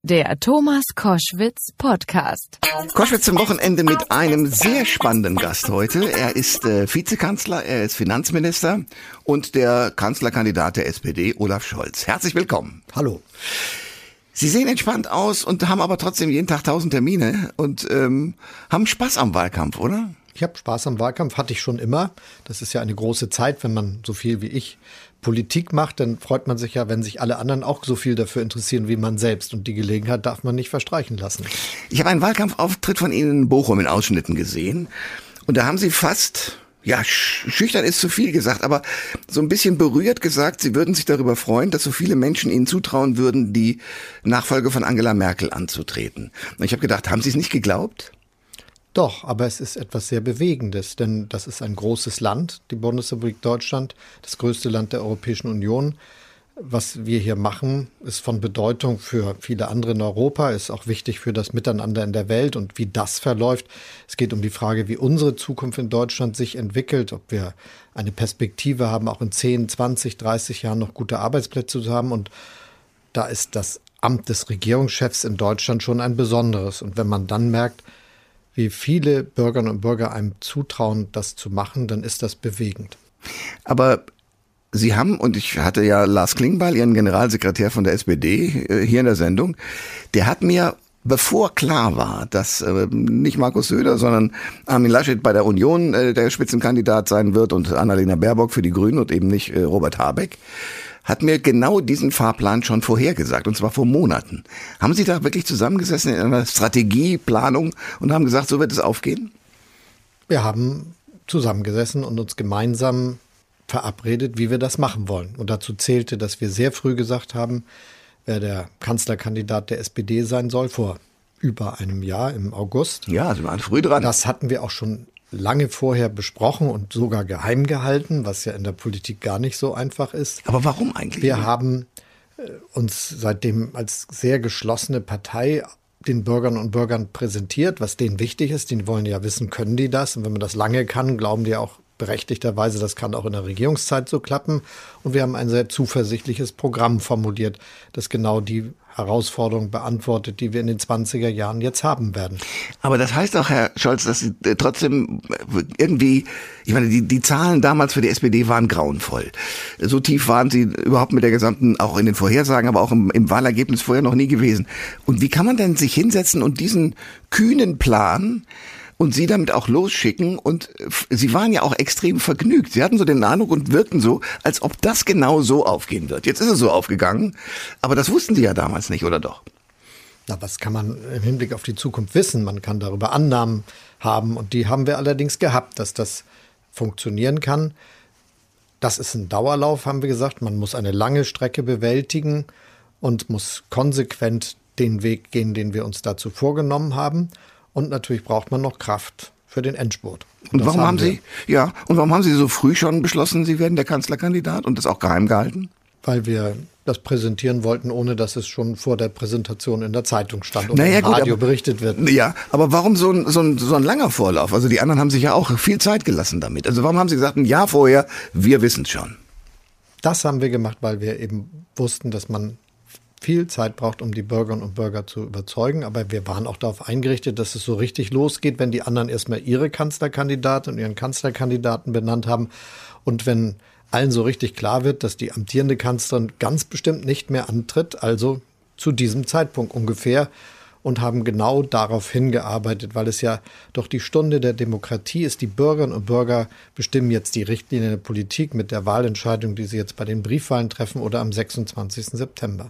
Der Thomas Koschwitz Podcast. Koschwitz zum Wochenende mit einem sehr spannenden Gast heute. Er ist Vizekanzler, er ist Finanzminister und der Kanzlerkandidat der SPD, Olaf Scholz. Herzlich willkommen. Hallo. Sie sehen entspannt aus und haben aber trotzdem jeden Tag 1000 Termine und haben Spaß am Wahlkampf, oder? Ich habe Spaß am Wahlkampf, hatte ich schon immer. Das ist ja eine große Zeit, wenn man so viel wie ich Politik macht, dann freut man sich ja, wenn sich alle anderen auch so viel dafür interessieren wie man selbst. Und die Gelegenheit darf man nicht verstreichen lassen. Ich habe einen Wahlkampfauftritt von Ihnen in Bochum in Ausschnitten gesehen. Und da haben Sie fast, ja, schüchtern ist zu viel gesagt, aber so ein bisschen berührt gesagt, Sie würden sich darüber freuen, dass so viele Menschen Ihnen zutrauen würden, die Nachfolge von Angela Merkel anzutreten. Und ich habe gedacht, haben Sie es nicht geglaubt? Doch, aber es ist etwas sehr Bewegendes, denn das ist ein großes Land, die Bundesrepublik Deutschland, das größte Land der Europäischen Union. Was wir hier machen, ist von Bedeutung für viele andere in Europa, ist auch wichtig für das Miteinander in der Welt und wie das verläuft. Es geht um die Frage, wie unsere Zukunft in Deutschland sich entwickelt, ob wir eine Perspektive haben, auch in 10, 20, 30 Jahren noch gute Arbeitsplätze zu haben. Und da ist das Amt des Regierungschefs in Deutschland schon ein besonderes. Und wenn man dann merkt, wie viele Bürgerinnen und Bürger einem zutrauen, das zu machen, dann ist das bewegend. Aber Sie haben, und ich hatte ja Lars Klingbeil, Ihren Generalsekretär von der SPD, hier in der Sendung, der hat mir, bevor klar war, dass nicht Markus Söder, sondern Armin Laschet bei der Union der Spitzenkandidat sein wird und Annalena Baerbock für die Grünen und eben nicht Robert Habeck, hat mir genau diesen Fahrplan schon vorhergesagt, und zwar vor Monaten. Haben Sie da wirklich zusammengesessen in einer Strategieplanung und haben gesagt, so wird es aufgehen? Wir haben zusammengesessen und uns gemeinsam verabredet, wie wir das machen wollen. Und dazu zählte, dass wir sehr früh gesagt haben, wer der Kanzlerkandidat der SPD sein soll, vor über einem Jahr im August. Ja, Sie waren früh dran. Das hatten wir auch schon lange vorher besprochen und sogar geheim gehalten, was ja in der Politik gar nicht so einfach ist. Aber warum eigentlich? Wir haben uns seitdem als sehr geschlossene Partei den Bürgerinnen und Bürgern präsentiert, was denen wichtig ist. Die wollen ja wissen, können die das? Und wenn man das lange kann, glauben die auch berechtigterweise, das kann auch in der Regierungszeit so klappen. Und wir haben ein sehr zuversichtliches Programm formuliert, das genau die Herausforderungen beantwortet, die wir in den 20er Jahren jetzt haben werden. Aber das heißt auch, Herr Scholz, dass Sie trotzdem irgendwie, ich meine, die Zahlen damals für die SPD waren grauenvoll. So tief waren sie überhaupt mit der gesamten, auch in den Vorhersagen, aber auch im Wahlergebnis vorher noch nie gewesen. Und wie kann man denn sich hinsetzen und diesen kühnen Plan und Sie damit auch losschicken? Und Sie waren ja auch extrem vergnügt. Sie hatten so den Eindruck und wirkten so, als ob das genau so aufgehen wird. Jetzt ist es so aufgegangen, aber das wussten Sie ja damals nicht, oder doch? Na, was kann man im Hinblick auf die Zukunft wissen? Man kann darüber Annahmen haben und die haben wir allerdings gehabt, dass das funktionieren kann. Das ist ein Dauerlauf, haben wir gesagt. Man muss eine lange Strecke bewältigen und muss konsequent den Weg gehen, den wir uns dazu vorgenommen haben. Und natürlich braucht man noch Kraft für den Endspurt. Und warum haben Sie so früh schon beschlossen, Sie werden der Kanzlerkandidat und das auch geheim gehalten? Weil wir das präsentieren wollten, ohne dass es schon vor der Präsentation in der Zeitung stand und im Radio berichtet wird. Ja, aber warum so ein langer Vorlauf? Also die anderen haben sich ja auch viel Zeit gelassen damit. Also warum haben Sie gesagt, ein Jahr vorher, wir wissen es schon? Das haben wir gemacht, weil wir eben wussten, dass man viel Zeit braucht, um die Bürgerinnen und Bürger zu überzeugen. Aber wir waren auch darauf eingerichtet, dass es so richtig losgeht, wenn die anderen erstmal ihre Kanzlerkandidatin und ihren Kanzlerkandidaten benannt haben. Und wenn allen so richtig klar wird, dass die amtierende Kanzlerin ganz bestimmt nicht mehr antritt, also zu diesem Zeitpunkt ungefähr, und haben genau darauf hingearbeitet, weil es ja doch die Stunde der Demokratie ist. Die Bürgerinnen und Bürger bestimmen jetzt die Richtlinien der Politik mit der Wahlentscheidung, die sie jetzt bei den Briefwahlen treffen oder am 26. September.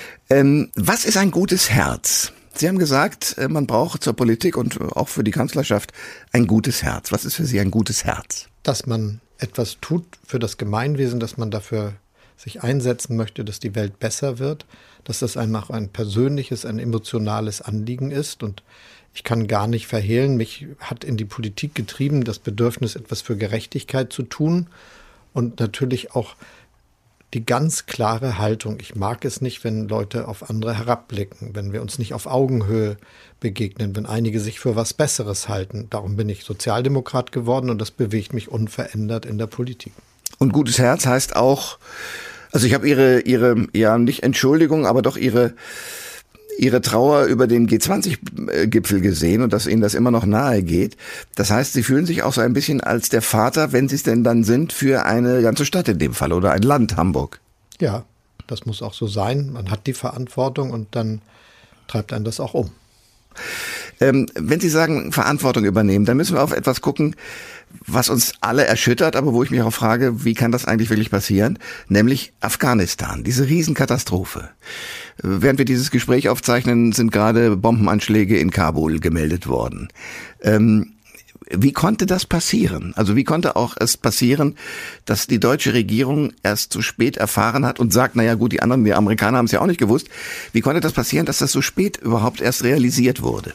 Was ist ein gutes Herz? Sie haben gesagt, man braucht zur Politik und auch für die Kanzlerschaft ein gutes Herz. Was ist für Sie ein gutes Herz? Dass man etwas tut für das Gemeinwesen, dass man dafür sich einsetzen möchte, dass die Welt besser wird, dass das einfach ein persönliches, ein emotionales Anliegen ist. Und ich kann gar nicht verhehlen, mich hat in die Politik getrieben, das Bedürfnis, etwas für Gerechtigkeit zu tun und natürlich auch die ganz klare Haltung. Ich mag es nicht, wenn Leute auf andere herabblicken, wenn wir uns nicht auf Augenhöhe begegnen, wenn einige sich für was Besseres halten. Darum bin ich Sozialdemokrat geworden und das bewegt mich unverändert in der Politik. Und gutes Herz heißt auch, also ich habe ihre ja nicht Entschuldigung, aber doch ihre Ihre Trauer über den G20-Gipfel gesehen und dass Ihnen das immer noch nahe geht. Das heißt, Sie fühlen sich auch so ein bisschen als der Vater, wenn Sie es denn dann sind, für eine ganze Stadt in dem Fall oder ein Land, Hamburg. Ja, das muss auch so sein. Man hat die Verantwortung und dann treibt einen das auch um. Wenn Sie sagen, Verantwortung übernehmen, dann müssen wir auf etwas gucken, was uns alle erschüttert, aber wo ich mich auch frage, wie kann das eigentlich wirklich passieren? Nämlich Afghanistan, diese Riesenkatastrophe. Während wir dieses Gespräch aufzeichnen, sind gerade Bombenanschläge in Kabul gemeldet worden. Wie konnte das passieren? Also wie konnte auch es passieren, dass die deutsche Regierung erst so spät erfahren hat und sagt, naja gut, die Amerikaner haben es ja auch nicht gewusst. Wie konnte das passieren, dass das so spät überhaupt erst realisiert wurde?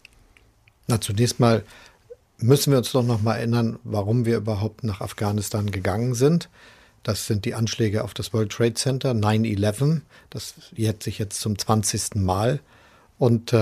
Na, zunächst mal müssen wir uns doch noch mal erinnern, warum wir überhaupt nach Afghanistan gegangen sind. Das sind die Anschläge auf das World Trade Center, 9/11. Das jährt sich jetzt zum 20. Mal. Und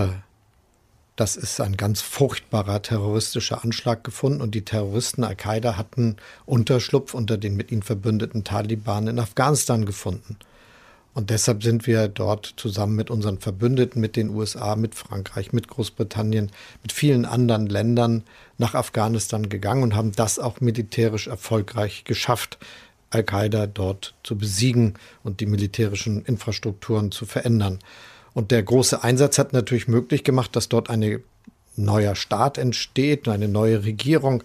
das ist ein ganz furchtbarer terroristischer Anschlag gefunden. Und die Terroristen Al-Qaida hatten Unterschlupf unter den mit ihnen verbündeten Taliban in Afghanistan gefunden. Und deshalb sind wir dort zusammen mit unseren Verbündeten, mit den USA, mit Frankreich, mit Großbritannien, mit vielen anderen Ländern nach Afghanistan gegangen und haben das auch militärisch erfolgreich geschafft, Al-Qaida dort zu besiegen und die militärischen Infrastrukturen zu verändern. Und der große Einsatz hat natürlich möglich gemacht, dass dort ein neuer Staat entsteht, eine neue Regierung,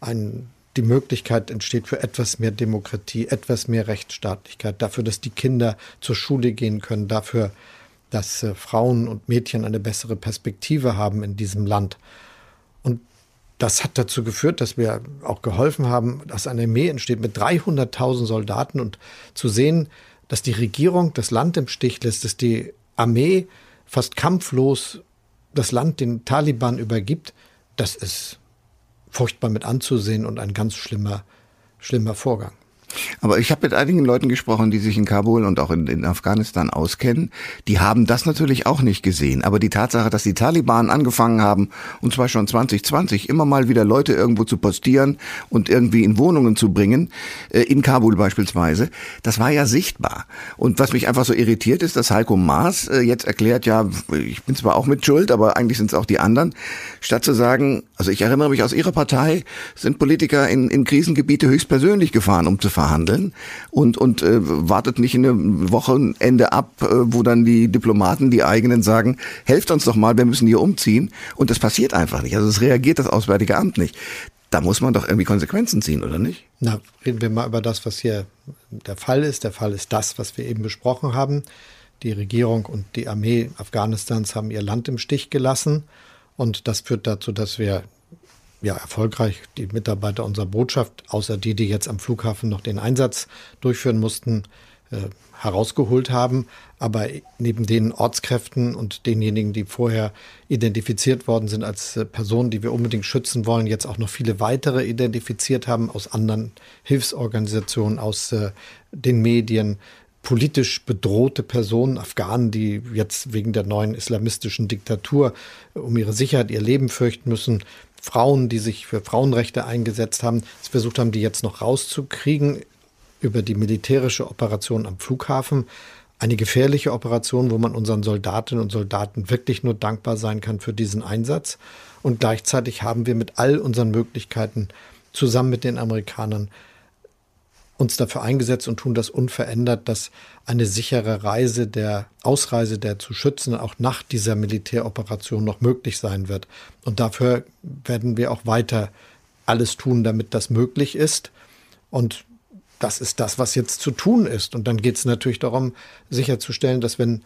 die Möglichkeit entsteht für etwas mehr Demokratie, etwas mehr Rechtsstaatlichkeit, dafür, dass die Kinder zur Schule gehen können, dafür, dass Frauen und Mädchen eine bessere Perspektive haben in diesem Land. Und das hat dazu geführt, dass wir auch geholfen haben, dass eine Armee entsteht mit 300.000 Soldaten und zu sehen, dass die Regierung das Land im Stich lässt, dass die Armee fast kampflos das Land den Taliban übergibt, das ist furchtbar mit anzusehen und ein ganz schlimmer Vorgang. Aber ich habe mit einigen Leuten gesprochen, die sich in Kabul und auch in Afghanistan auskennen. Die haben das natürlich auch nicht gesehen. Aber die Tatsache, dass die Taliban angefangen haben, und zwar schon 2020, immer mal wieder Leute irgendwo zu postieren und irgendwie in Wohnungen zu bringen, in Kabul beispielsweise, das war ja sichtbar. Und was mich einfach so irritiert ist, dass Heiko Maas jetzt erklärt, ja, ich bin zwar auch mit Schuld, aber eigentlich sind es auch die anderen. Statt zu sagen, also ich erinnere mich aus Ihrer Partei, sind Politiker in Krisengebiete höchstpersönlich gefahren, um zu verhandeln und wartet nicht in einem Wochenende ab, wo dann die Diplomaten, die eigenen sagen, helft uns doch mal, wir müssen hier umziehen. Und das passiert einfach nicht. Also es reagiert das Auswärtige Amt nicht. Da muss man doch irgendwie Konsequenzen ziehen, oder nicht? Na, reden wir mal über das, was hier der Fall ist. Der Fall ist das, was wir eben besprochen haben. Die Regierung und die Armee Afghanistans haben ihr Land im Stich gelassen. Und das führt dazu, dass wir erfolgreich die Mitarbeiter unserer Botschaft, außer die jetzt am Flughafen noch den Einsatz durchführen mussten, herausgeholt haben. Aber neben den Ortskräften und denjenigen, die vorher identifiziert worden sind als Personen, die wir unbedingt schützen wollen, jetzt auch noch viele weitere identifiziert haben aus anderen Hilfsorganisationen, aus den Medien, politisch bedrohte Personen, Afghanen, die jetzt wegen der neuen islamistischen Diktatur um ihre Sicherheit, ihr Leben fürchten müssen, Frauen, die sich für Frauenrechte eingesetzt haben, versucht haben, die jetzt noch rauszukriegen über die militärische Operation am Flughafen. Eine gefährliche Operation, wo man unseren Soldatinnen und Soldaten wirklich nur dankbar sein kann für diesen Einsatz. Und gleichzeitig haben wir mit all unseren Möglichkeiten zusammen mit den Amerikanern uns dafür eingesetzt und tun das unverändert, dass eine sichere Ausreise der zu Schützenden auch nach dieser Militäroperation noch möglich sein wird. Und dafür werden wir auch weiter alles tun, damit das möglich ist. Und das ist das, was jetzt zu tun ist. Und dann geht es natürlich darum, sicherzustellen, dass wenn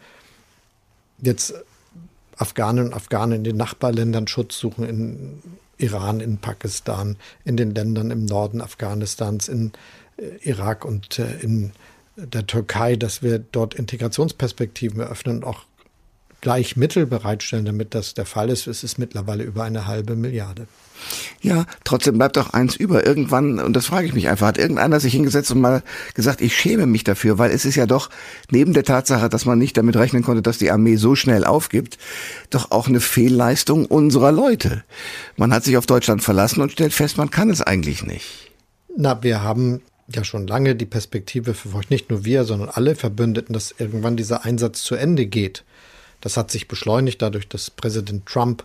jetzt Afghaninnen und Afghanen in den Nachbarländern Schutz suchen, in Iran, in Pakistan, in den Ländern im Norden Afghanistans, in Irak und in der Türkei, dass wir dort Integrationsperspektiven eröffnen und auch gleich Mittel bereitstellen, damit das der Fall ist. Es ist mittlerweile über 1,5 Milliarde. Ja, trotzdem bleibt doch eins über. Irgendwann, und das frage ich mich einfach, hat irgendeiner sich hingesetzt und mal gesagt, ich schäme mich dafür, weil es ist ja doch neben der Tatsache, dass man nicht damit rechnen konnte, dass die Armee so schnell aufgibt, doch auch eine Fehlleistung unserer Leute. Man hat sich auf Deutschland verlassen und stellt fest, man kann es eigentlich nicht. Na, wir haben ja schon lange die Perspektive verfolgt, nicht nur wir, sondern alle Verbündeten, dass irgendwann dieser Einsatz zu Ende geht. Das hat sich beschleunigt dadurch, dass Präsident Trump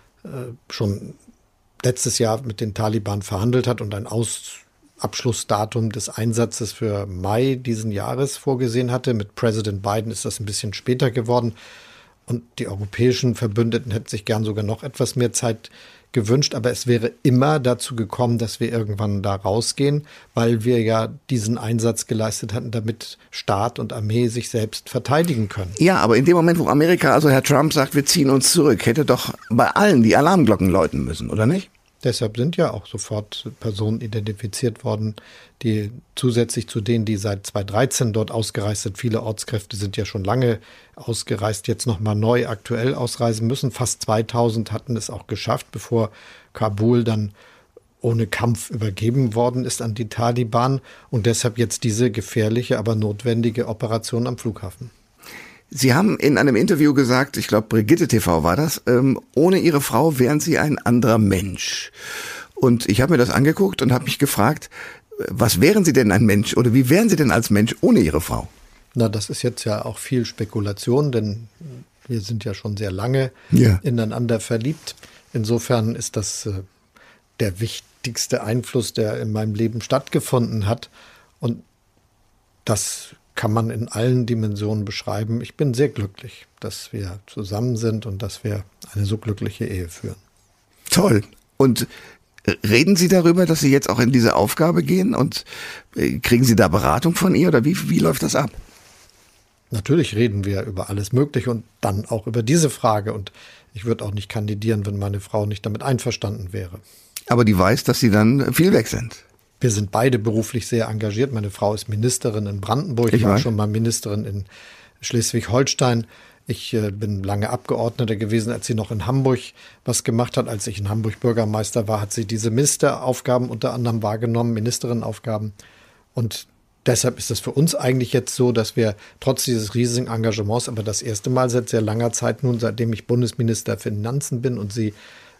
schon letztes Jahr mit den Taliban verhandelt hat und ein Abschlussdatum des Einsatzes für Mai diesen Jahres vorgesehen hatte. Mit Präsident Biden ist das ein bisschen später geworden. Und die europäischen Verbündeten hätten sich gern sogar noch etwas mehr Zeit gewünscht. Aber es wäre immer dazu gekommen, dass wir irgendwann da rausgehen, weil wir ja diesen Einsatz geleistet hatten, damit Staat und Armee sich selbst verteidigen können. Ja, aber in dem Moment, wo Amerika, also Herr Trump sagt, wir ziehen uns zurück, hätte doch bei allen die Alarmglocken läuten müssen, oder nicht? Deshalb sind ja auch sofort Personen identifiziert worden, die zusätzlich zu denen, die seit 2013 dort ausgereist sind, viele Ortskräfte sind ja schon lange ausgereist, jetzt nochmal neu aktuell ausreisen müssen. Fast 2000 hatten es auch geschafft, bevor Kabul dann ohne Kampf übergeben worden ist an die Taliban. Und deshalb jetzt diese gefährliche, aber notwendige Operation am Flughafen. Sie haben in einem Interview gesagt, ich glaube Brigitte TV war das, ohne Ihre Frau wären Sie ein anderer Mensch. Und ich habe mir das angeguckt und habe mich gefragt, was wären Sie denn ein Mensch oder wie wären Sie denn als Mensch ohne Ihre Frau? Na, das ist jetzt ja auch viel Spekulation, denn wir sind ja schon sehr lange ineinander verliebt. Insofern ist das der wichtigste Einfluss, der in meinem Leben stattgefunden hat. Und das kann man in allen Dimensionen beschreiben. Ich bin sehr glücklich, dass wir zusammen sind und dass wir eine so glückliche Ehe führen. Toll. Und reden Sie darüber, dass Sie jetzt auch in diese Aufgabe gehen und kriegen Sie da Beratung von ihr oder wie läuft das ab? Natürlich reden wir über alles Mögliche und dann auch über diese Frage. Und ich würde auch nicht kandidieren, wenn meine Frau nicht damit einverstanden wäre. Aber die weiß, dass Sie dann viel weg sind. Wir sind beide beruflich sehr engagiert. Meine Frau ist Ministerin in Brandenburg. Ich war schon mal Ministerin in Schleswig-Holstein. Ich bin lange Abgeordneter gewesen, als sie noch in Hamburg was gemacht hat. Als ich in Hamburg Bürgermeister war, hat sie diese Ministeraufgaben unter anderem wahrgenommen, Ministerinnenaufgaben. Und deshalb ist es für uns eigentlich jetzt so, dass wir trotz dieses riesigen Engagements, aber das erste Mal seit sehr langer Zeit nun, seitdem ich Bundesminister für Finanzen bin und sie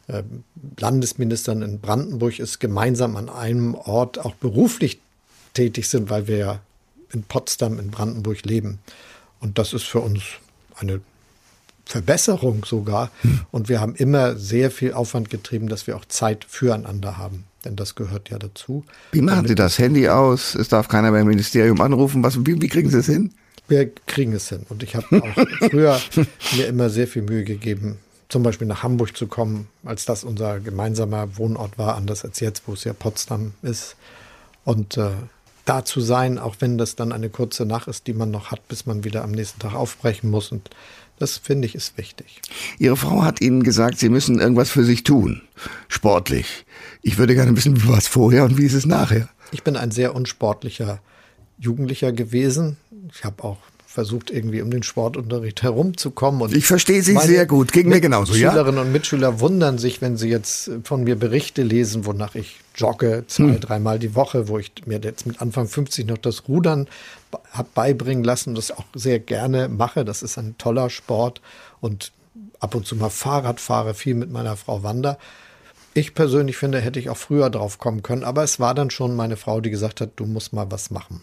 Landesministerin in Brandenburg ist, gemeinsam an einem Ort auch beruflich tätig sind, weil wir ja in Potsdam in Brandenburg leben. Und das ist für uns eine Verbesserung sogar. Und wir haben immer sehr viel Aufwand getrieben, dass wir auch Zeit füreinander haben. Denn das gehört ja dazu. Wie machen Sie das? Handy aus? Es darf keiner beim Ministerium anrufen. Wie kriegen Sie es hin? Wir kriegen es hin. Und ich habe auch früher mir immer sehr viel Mühe gegeben, zum Beispiel nach Hamburg zu kommen, als das unser gemeinsamer Wohnort war, anders als jetzt, wo es ja Potsdam ist. Und da zu sein, auch wenn das dann eine kurze Nacht ist, die man noch hat, bis man wieder am nächsten Tag aufbrechen muss. Und das, finde ich, ist wichtig. Ihre Frau hat Ihnen gesagt, Sie müssen irgendwas für sich tun, sportlich. Ich würde gerne wissen, was vorher und wie ist es nachher? Ich bin ein sehr unsportlicher Jugendlicher gewesen. Ich habe auch versucht, irgendwie um den Sportunterricht herumzukommen. Und ich verstehe Sie sehr gut, ging mir genauso. Schülerinnen und Mitschüler wundern sich, wenn sie jetzt von mir Berichte lesen, wonach ich jogge 2-3 Mal die Woche, wo ich mir jetzt mit Anfang 50 noch das Rudern habe beibringen lassen und das auch sehr gerne mache. Das ist ein toller Sport und ab und zu mal Fahrrad fahre, viel mit meiner Frau Wanda. Ich persönlich finde, hätte ich auch früher drauf kommen können, aber es war dann schon meine Frau, die gesagt hat, du musst mal was machen.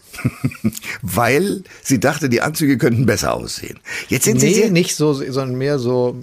Weil sie dachte, die Anzüge könnten besser aussehen. Jetzt sind Sie nicht so, sondern mehr so,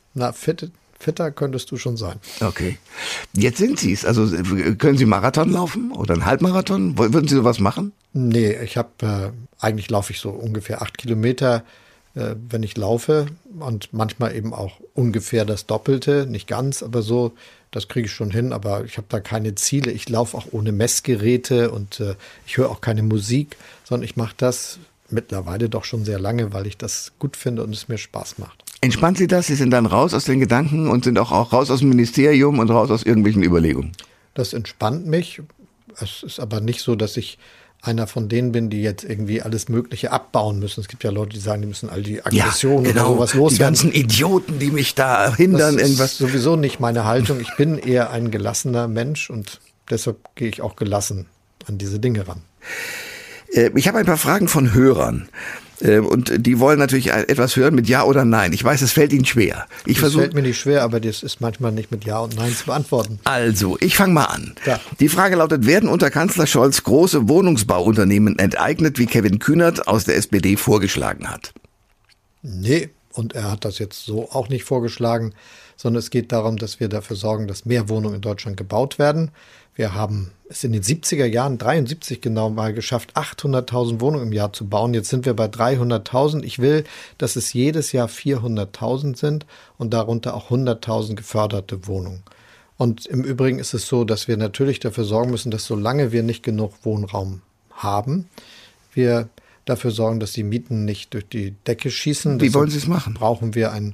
fitter könntest du schon sein. Okay. Jetzt sind Sie es. Also können Sie Marathon laufen oder einen Halbmarathon? Würden Sie sowas machen? Nee, eigentlich laufe ich so ungefähr 8 Kilometer, wenn ich laufe und manchmal eben auch ungefähr das Doppelte, nicht ganz, aber so. Das kriege ich schon hin, aber ich habe da keine Ziele. Ich laufe auch ohne Messgeräte und ich höre auch keine Musik, sondern ich mache das mittlerweile doch schon sehr lange, weil ich das gut finde und es mir Spaß macht. Entspannt Sie das? Sie sind dann raus aus den Gedanken und sind auch raus aus dem Ministerium und raus aus irgendwelchen Überlegungen? Das entspannt mich. Es ist aber nicht so, dass ich einer von denen bin, die jetzt irgendwie alles Mögliche abbauen müssen. Es gibt ja Leute, die sagen, die müssen all die Aggressionen oder sowas loswerden. Die ganzen Idioten, die mich da hindern. Das ist irgendwas. Sowieso nicht meine Haltung. Ich bin eher ein gelassener Mensch und deshalb gehe ich auch gelassen an diese Dinge ran. Ich habe ein paar Fragen von Hörern. Und die wollen natürlich etwas hören mit Ja oder Nein. Ich weiß, es fällt Ihnen schwer. Das fällt mir nicht schwer, aber das ist manchmal nicht mit Ja und Nein zu beantworten. Also, ich fange mal an. Ja. Die Frage lautet, werden unter Kanzler Scholz große Wohnungsbauunternehmen enteignet, wie Kevin Kühnert aus der SPD vorgeschlagen hat? Nee, Und er hat das jetzt so auch nicht vorgeschlagen, sondern es geht darum, dass wir dafür sorgen, dass mehr Wohnungen in Deutschland gebaut werden. Wir haben es in den 70er Jahren, 73 genau, mal geschafft, 800.000 Wohnungen im Jahr zu bauen. Jetzt sind wir bei 300.000. Ich will, dass es jedes Jahr 400.000 sind und darunter auch 100.000 geförderte Wohnungen. Und im Übrigen ist es so, dass wir natürlich dafür sorgen müssen, dass solange wir nicht genug Wohnraum haben, wir dafür sorgen, dass die Mieten nicht durch die Decke schießen. Wie wollen Sie es machen? Brauchen wir ein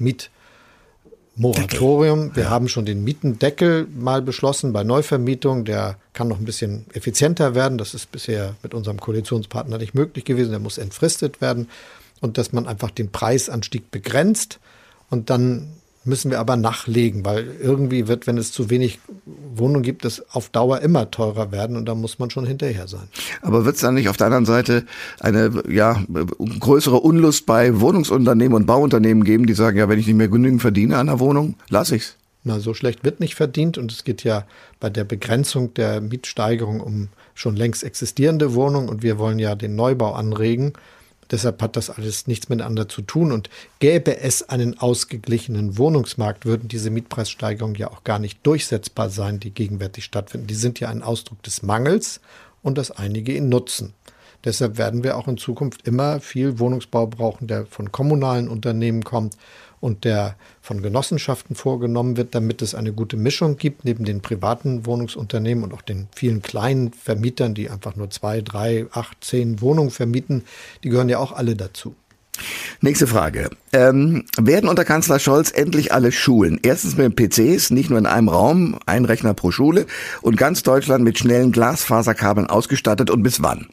Mietmoratorium. Wir haben schon den Mietendeckel mal beschlossen bei Neuvermietung. Der kann noch ein bisschen effizienter werden. Das ist bisher mit unserem Koalitionspartner nicht möglich gewesen. Der muss entfristet werden. Und dass man einfach den Preisanstieg begrenzt. Und dann müssen wir aber nachlegen, weil irgendwie wird, wenn es zu wenig Wohnungen gibt, es auf Dauer immer teurer werden und da muss man schon hinterher sein. Aber wird es dann nicht auf der anderen Seite eine größere Unlust bei Wohnungsunternehmen und Bauunternehmen geben, die sagen, ja, wenn ich nicht mehr genügend verdiene an der Wohnung, lasse ich's? Na, so schlecht wird nicht verdient und es geht ja bei der Begrenzung der Mietsteigerung um schon längst existierende Wohnungen und wir wollen ja den Neubau anregen. Deshalb hat das alles nichts miteinander zu tun. Und gäbe es einen ausgeglichenen Wohnungsmarkt, würden diese Mietpreissteigerungen ja auch gar nicht durchsetzbar sein, die gegenwärtig stattfinden. Die sind ja ein Ausdruck des Mangels und dass einige ihn nutzen. Deshalb werden wir auch in Zukunft immer viel Wohnungsbau brauchen, der von kommunalen Unternehmen kommt und der von Genossenschaften vorgenommen wird, damit es eine gute Mischung gibt neben den privaten Wohnungsunternehmen und auch den vielen kleinen Vermietern, die einfach nur 2, 3, 8, 10 Wohnungen vermieten. Die gehören ja auch alle dazu. Nächste Frage. Werden unter Kanzler Scholz endlich alle Schulen, erstens mit PCs, nicht nur in einem Raum, ein Rechner pro Schule, und ganz Deutschland mit schnellen Glasfaserkabeln ausgestattet und bis wann?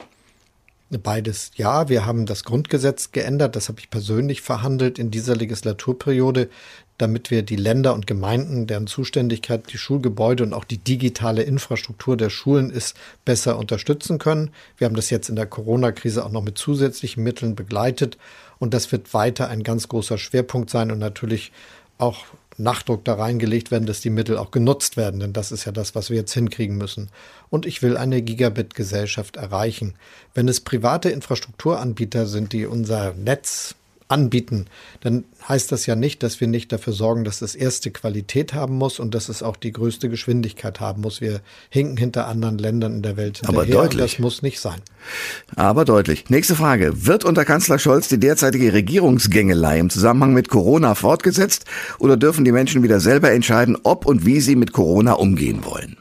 Beides ja. Wir haben das Grundgesetz geändert. Das habe ich persönlich verhandelt in dieser Legislaturperiode, damit wir die Länder und Gemeinden, deren Zuständigkeit die Schulgebäude und auch die digitale Infrastruktur der Schulen ist, besser unterstützen können. Wir haben das jetzt in der Corona-Krise auch noch mit zusätzlichen Mitteln begleitet. Und das wird weiter ein ganz großer Schwerpunkt sein und natürlich auch Nachdruck da reingelegt werden, dass die Mittel auch genutzt werden. Denn das ist ja das, was wir jetzt hinkriegen müssen. Und ich will eine Gigabit-Gesellschaft erreichen. Wenn es private Infrastrukturanbieter sind, die unser Netz anbieten, dann heißt das ja nicht, dass wir nicht dafür sorgen, dass es erste Qualität haben muss und dass es auch die größte Geschwindigkeit haben muss. Wir hinken hinter anderen Ländern in der Welt hinterher. Aber deutlich. Das muss nicht sein. Aber deutlich. Nächste Frage. Wird unter Kanzler Scholz die derzeitige Regierungsgängelei im Zusammenhang mit Corona fortgesetzt oder dürfen die Menschen wieder selber entscheiden, ob und wie sie mit Corona umgehen wollen?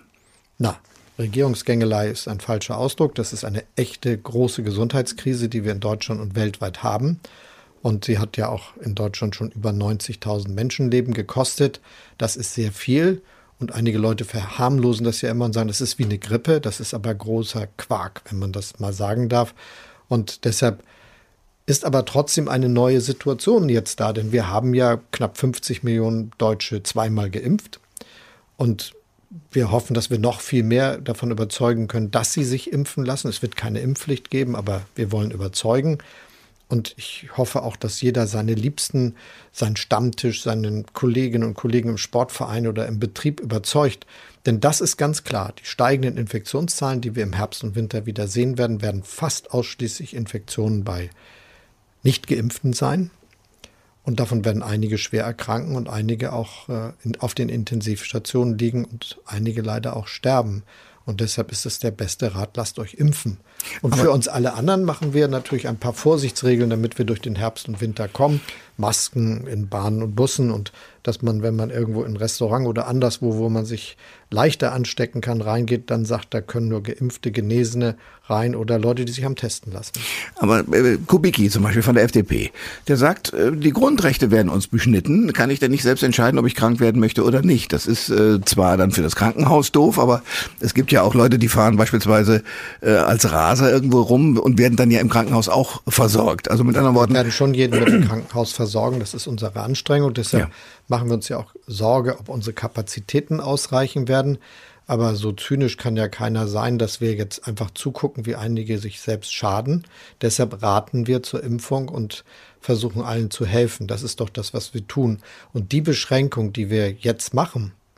Regierungsgängelei ist ein falscher Ausdruck. Das ist eine echte große Gesundheitskrise, die wir in Deutschland und weltweit haben. Und sie hat ja auch in Deutschland schon über 90.000 Menschenleben gekostet. Das ist sehr viel. Und einige Leute verharmlosen das ja immer und sagen, das ist wie eine Grippe. Das ist aber großer Quark, wenn man das mal sagen darf. Und deshalb ist aber trotzdem eine neue Situation jetzt da. Denn wir haben ja knapp 50 Millionen Deutsche zweimal geimpft. Und wir hoffen, dass wir noch viel mehr davon überzeugen können, dass sie sich impfen lassen. Es wird keine Impfpflicht geben, aber wir wollen überzeugen. Und ich hoffe auch, dass jeder seine Liebsten, seinen Stammtisch, seinen Kolleginnen und Kollegen im Sportverein oder im Betrieb überzeugt. Denn das ist ganz klar. Die steigenden Infektionszahlen, die wir im Herbst und Winter wieder sehen werden, werden fast ausschließlich Infektionen bei Nicht-Geimpften sein. Und davon werden einige schwer erkranken und einige auch auf den Intensivstationen liegen und einige leider auch sterben. Und deshalb ist es der beste Rat, lasst euch impfen. Und für uns alle anderen machen wir natürlich ein paar Vorsichtsregeln, damit wir durch den Herbst und Winter kommen. Masken in Bahnen und Bussen und dass man, wenn man irgendwo in ein Restaurant oder anderswo, wo man sich leichter anstecken kann, reingeht, dann sagt, da können nur Geimpfte, Genesene rein oder Leute, die sich haben testen lassen. Aber Kubicki zum Beispiel von der FDP, der sagt, die Grundrechte werden uns beschnitten. Kann ich denn nicht selbst entscheiden, ob ich krank werden möchte oder nicht? Das ist zwar dann für das Krankenhaus doof, aber es gibt ja auch Leute, die fahren beispielsweise als Raser irgendwo rum und werden dann ja im Krankenhaus auch versorgt. Also mit anderen Worten. Wir werden schon jeden mit dem Krankenhaus versorgen. Das ist unsere Anstrengung. Deshalb machen wir uns ja auch Sorge, ob unsere Kapazitäten ausreichen werden. Aber so zynisch kann ja keiner sein, dass wir jetzt einfach zugucken, wie einige sich selbst schaden. Deshalb raten wir zur Impfung und versuchen allen zu helfen. Das ist doch das, was wir tun. Und die Beschränkung, die wir jetzt machen,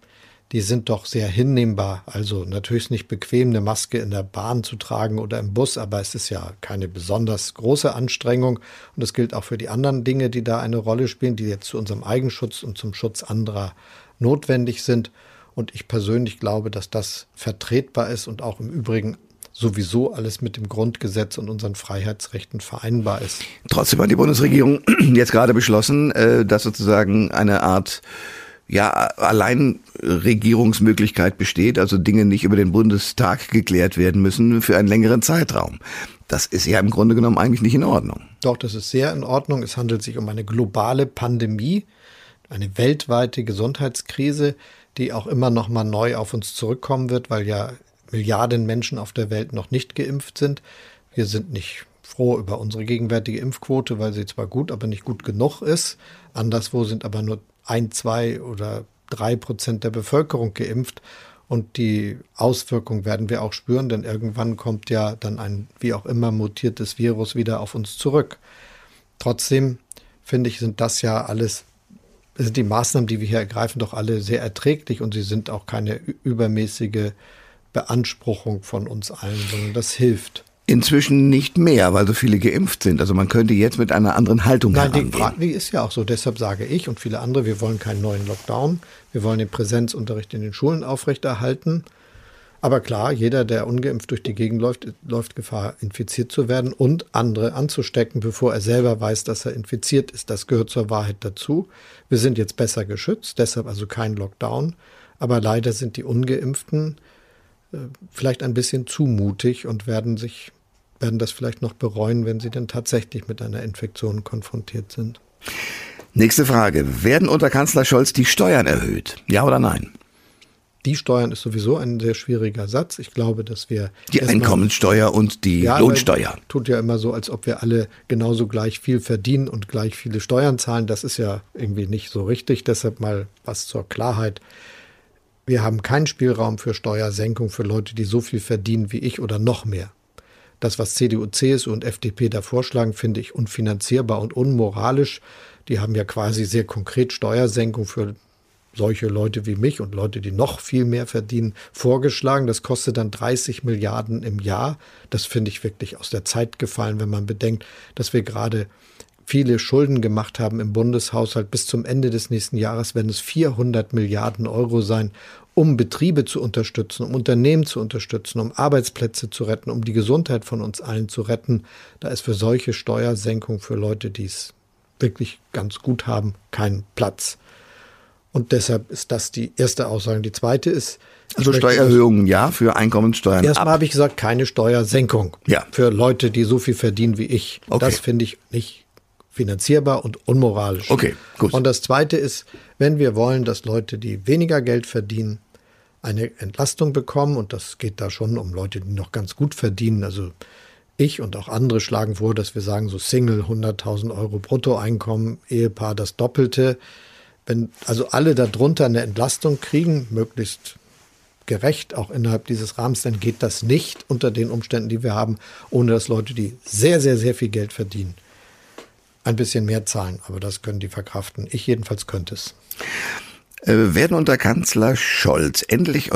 die sind doch sehr hinnehmbar. Also natürlich ist nicht bequem, eine Maske in der Bahn zu tragen oder im Bus, aber es ist ja keine besonders große Anstrengung. Und das gilt auch für die anderen Dinge, die da eine Rolle spielen, die jetzt zu unserem Eigenschutz und zum Schutz anderer notwendig sind. Und ich persönlich glaube, dass das vertretbar ist und auch im Übrigen sowieso alles mit dem Grundgesetz und unseren Freiheitsrechten vereinbar ist. Trotzdem hat die Bundesregierung jetzt gerade beschlossen, dass sozusagen eine Art Alleinregierungsmöglichkeit besteht, also Dinge nicht über den Bundestag geklärt werden müssen für einen längeren Zeitraum. Das ist ja im Grunde genommen eigentlich nicht in Ordnung. Doch, das ist sehr in Ordnung. Es handelt sich um eine globale Pandemie, eine weltweite Gesundheitskrise, die auch immer noch mal neu auf uns zurückkommen wird, weil ja Milliarden Menschen auf der Welt noch nicht geimpft sind. Wir sind nicht froh über unsere gegenwärtige Impfquote, weil sie zwar gut, aber nicht gut genug ist. Anderswo sind aber nur 1, 2 oder 3% der Bevölkerung geimpft. Und die Auswirkungen werden wir auch spüren, denn irgendwann kommt ja dann ein wie auch immer mutiertes Virus wieder auf uns zurück. Trotzdem finde ich, sind die Maßnahmen, die wir hier ergreifen, doch alle sehr erträglich und sie sind auch keine übermäßige Beanspruchung von uns allen, sondern das hilft. Inzwischen nicht mehr, weil so viele geimpft sind. Also man könnte jetzt mit einer anderen Haltung herangehen. Nein, die ist ja auch so. Deshalb sage ich und viele andere, wir wollen keinen neuen Lockdown. Wir wollen den Präsenzunterricht in den Schulen aufrechterhalten. Aber klar, jeder, der ungeimpft durch die Gegend läuft Gefahr, infiziert zu werden und andere anzustecken, bevor er selber weiß, dass er infiziert ist. Das gehört zur Wahrheit dazu. Wir sind jetzt besser geschützt, deshalb also kein Lockdown. Aber leider sind die Ungeimpften vielleicht ein bisschen zu mutig und werden das vielleicht noch bereuen, wenn sie denn tatsächlich mit einer Infektion konfrontiert sind. Nächste Frage. Werden unter Kanzler Scholz die Steuern erhöht? Ja oder nein? Die Steuern ist sowieso ein sehr schwieriger Satz. Ich glaube, dass wir... Die Einkommenssteuer und die Lohnsteuer. Tut ja immer so, als ob wir alle genauso gleich viel verdienen und gleich viele Steuern zahlen. Das ist ja irgendwie nicht so richtig. Deshalb mal was zur Klarheit. Wir haben keinen Spielraum für Steuersenkung für Leute, die so viel verdienen wie ich oder noch mehr. Das, was CDU, CSU und FDP da vorschlagen, finde ich unfinanzierbar und unmoralisch. Die haben ja quasi sehr konkret Steuersenkung für solche Leute wie mich und Leute, die noch viel mehr verdienen, vorgeschlagen. Das kostet dann 30 Milliarden im Jahr. Das finde ich wirklich aus der Zeit gefallen, wenn man bedenkt, dass wir gerade viele Schulden gemacht haben im Bundeshaushalt. Bis zum Ende des nächsten Jahres werden es 400 Milliarden Euro sein, um Betriebe zu unterstützen, um Unternehmen zu unterstützen, um Arbeitsplätze zu retten, um die Gesundheit von uns allen zu retten. Da ist für solche Steuersenkung für Leute, die es wirklich ganz gut haben, kein Platz. Und deshalb ist das die erste Aussage. Die zweite ist... Also Steuererhöhungen ja, für Einkommenssteuern Erstmal habe ich gesagt, keine Steuersenkung für Leute, die so viel verdienen wie ich. Okay. Das finde ich nicht finanzierbar und unmoralisch. Okay, gut. Und das Zweite ist, wenn wir wollen, dass Leute, die weniger Geld verdienen, eine Entlastung bekommen, und das geht da schon um Leute, die noch ganz gut verdienen, also ich und auch andere schlagen vor, dass wir sagen, so Single 100.000 Euro Bruttoeinkommen, Ehepaar das Doppelte. Wenn also alle darunter eine Entlastung kriegen, möglichst gerecht, auch innerhalb dieses Rahmens, dann geht das nicht unter den Umständen, die wir haben, ohne dass Leute, die sehr, sehr, sehr viel Geld verdienen, ein bisschen mehr zahlen. Aber das können die verkraften. Ich jedenfalls könnte es. Werden unter Kanzler Scholz endlich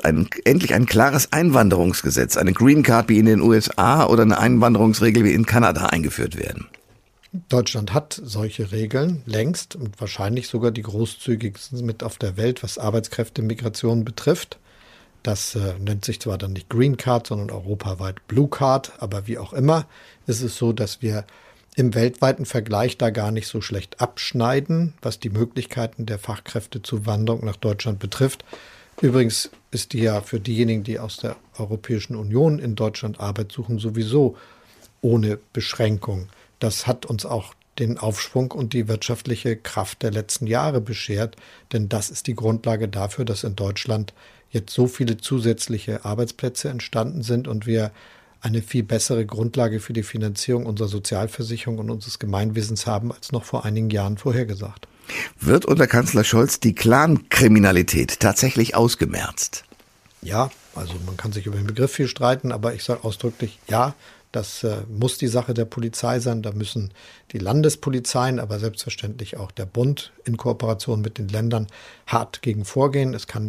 ein klares Einwanderungsgesetz, eine Green Card wie in den USA oder eine Einwanderungsregel wie in Kanada eingeführt werden? Deutschland hat solche Regeln längst und wahrscheinlich sogar die großzügigsten mit auf der Welt, was Arbeitskräftemigration betrifft. Das nennt sich zwar dann nicht Green Card, sondern europaweit Blue Card, aber wie auch immer ist es so, dass wir im weltweiten Vergleich da gar nicht so schlecht abschneiden, was die Möglichkeiten der Fachkräftezuwanderung nach Deutschland betrifft. Übrigens ist die ja für diejenigen, die aus der Europäischen Union in Deutschland Arbeit suchen, sowieso ohne Beschränkung. Das hat uns auch den Aufschwung und die wirtschaftliche Kraft der letzten Jahre beschert, denn das ist die Grundlage dafür, dass in Deutschland jetzt so viele zusätzliche Arbeitsplätze entstanden sind und wir eine viel bessere Grundlage für die Finanzierung unserer Sozialversicherung und unseres Gemeinwesens haben, als noch vor einigen Jahren vorhergesagt. Wird unter Kanzler Scholz die Clankriminalität tatsächlich ausgemerzt? Ja, also man kann sich über den Begriff viel streiten, aber ich sage ausdrücklich, ja, das muss die Sache der Polizei sein. Da müssen die Landespolizeien, aber selbstverständlich auch der Bund in Kooperation mit den Ländern hart gegen vorgehen. Es kann nicht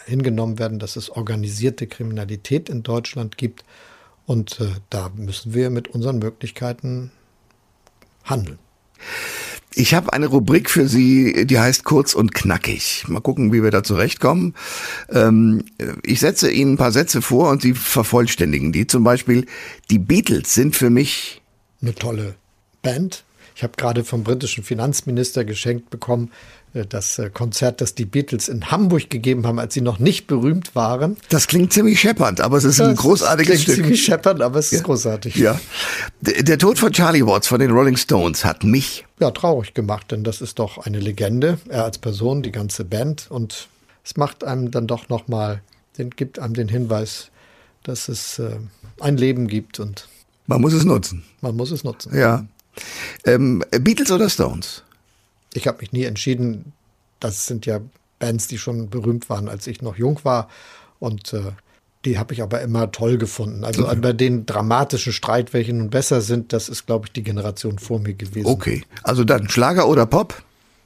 hingenommen werden, dass es organisierte Kriminalität in Deutschland gibt. Und da müssen wir mit unseren Möglichkeiten handeln. Ich habe eine Rubrik für Sie, die heißt kurz und knackig. Mal gucken, wie wir da zurechtkommen. Ich setze Ihnen ein paar Sätze vor und Sie vervollständigen die. Zum Beispiel, die Beatles sind für mich eine tolle Band. Ich habe gerade vom britischen Finanzminister geschenkt bekommen, das Konzert, das die Beatles in Hamburg gegeben haben, als sie noch nicht berühmt waren. Das klingt ziemlich scheppernd, aber es ist ein großartiges Stück. Klingt ziemlich scheppernd, aber es ist großartig. Ja. Der Tod von Charlie Watts von den Rolling Stones hat mich traurig gemacht, denn das ist doch eine Legende. Er als Person, die ganze Band. Und es macht einem dann doch nochmal, gibt einem den Hinweis, dass es ein Leben gibt und man muss es nutzen. Man muss es nutzen. Ja. Beatles oder Stones? Ich habe mich nie entschieden. Das sind ja Bands, die schon berühmt waren, als ich noch jung war. Und die habe ich aber immer toll gefunden. Also bei den dramatischen Streit, welche nun besser sind, das ist, glaube ich, die Generation vor mir gewesen. Okay, also dann Schlager oder Pop?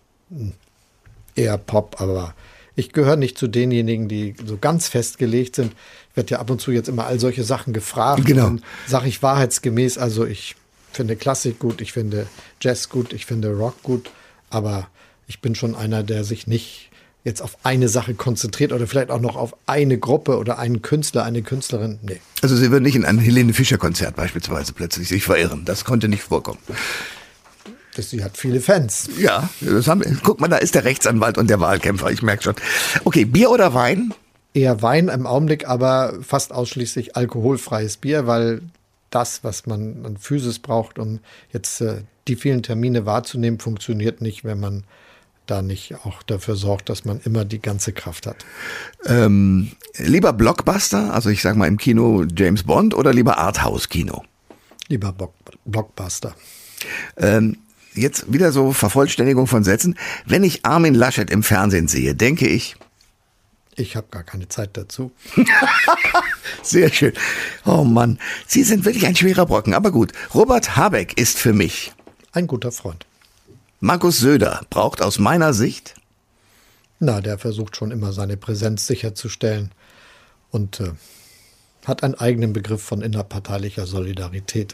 Eher Pop, aber ich gehöre nicht zu denjenigen, die so ganz festgelegt sind. Ich werde ja ab und zu jetzt immer all solche Sachen gefragt. Genau. Dann sage ich wahrheitsgemäß, also ich finde Klassik gut, ich finde Jazz gut, ich finde Rock gut. Aber ich bin schon einer, der sich nicht jetzt auf eine Sache konzentriert oder vielleicht auch noch auf eine Gruppe oder einen Künstler, eine Künstlerin. Nee. Also Sie würden nicht in ein Helene Fischer-Konzert beispielsweise plötzlich sich verirren. Das konnte nicht vorkommen. Sie hat viele Fans. Ja, guck mal, da ist der Rechtsanwalt und der Wahlkämpfer, ich merke schon. Okay, Bier oder Wein? Eher Wein im Augenblick, aber fast ausschließlich alkoholfreies Bier, weil das, was man an Physis braucht, um jetzt die vielen Termine wahrzunehmen, funktioniert nicht, wenn man da nicht auch dafür sorgt, dass man immer die ganze Kraft hat. Lieber Blockbuster, also ich sag mal im Kino James Bond, oder lieber Arthouse-Kino? Lieber Blockbuster. Jetzt wieder so Vervollständigung von Sätzen. Wenn ich Armin Laschet im Fernsehen sehe, denke ich... Ich habe gar keine Zeit dazu. Sehr schön. Oh Mann, Sie sind wirklich ein schwerer Brocken, aber gut. Robert Habeck ist für mich ein guter Freund. Markus Söder braucht aus meiner Sicht... Der versucht schon immer seine Präsenz sicherzustellen und hat einen eigenen Begriff von innerparteilicher Solidarität.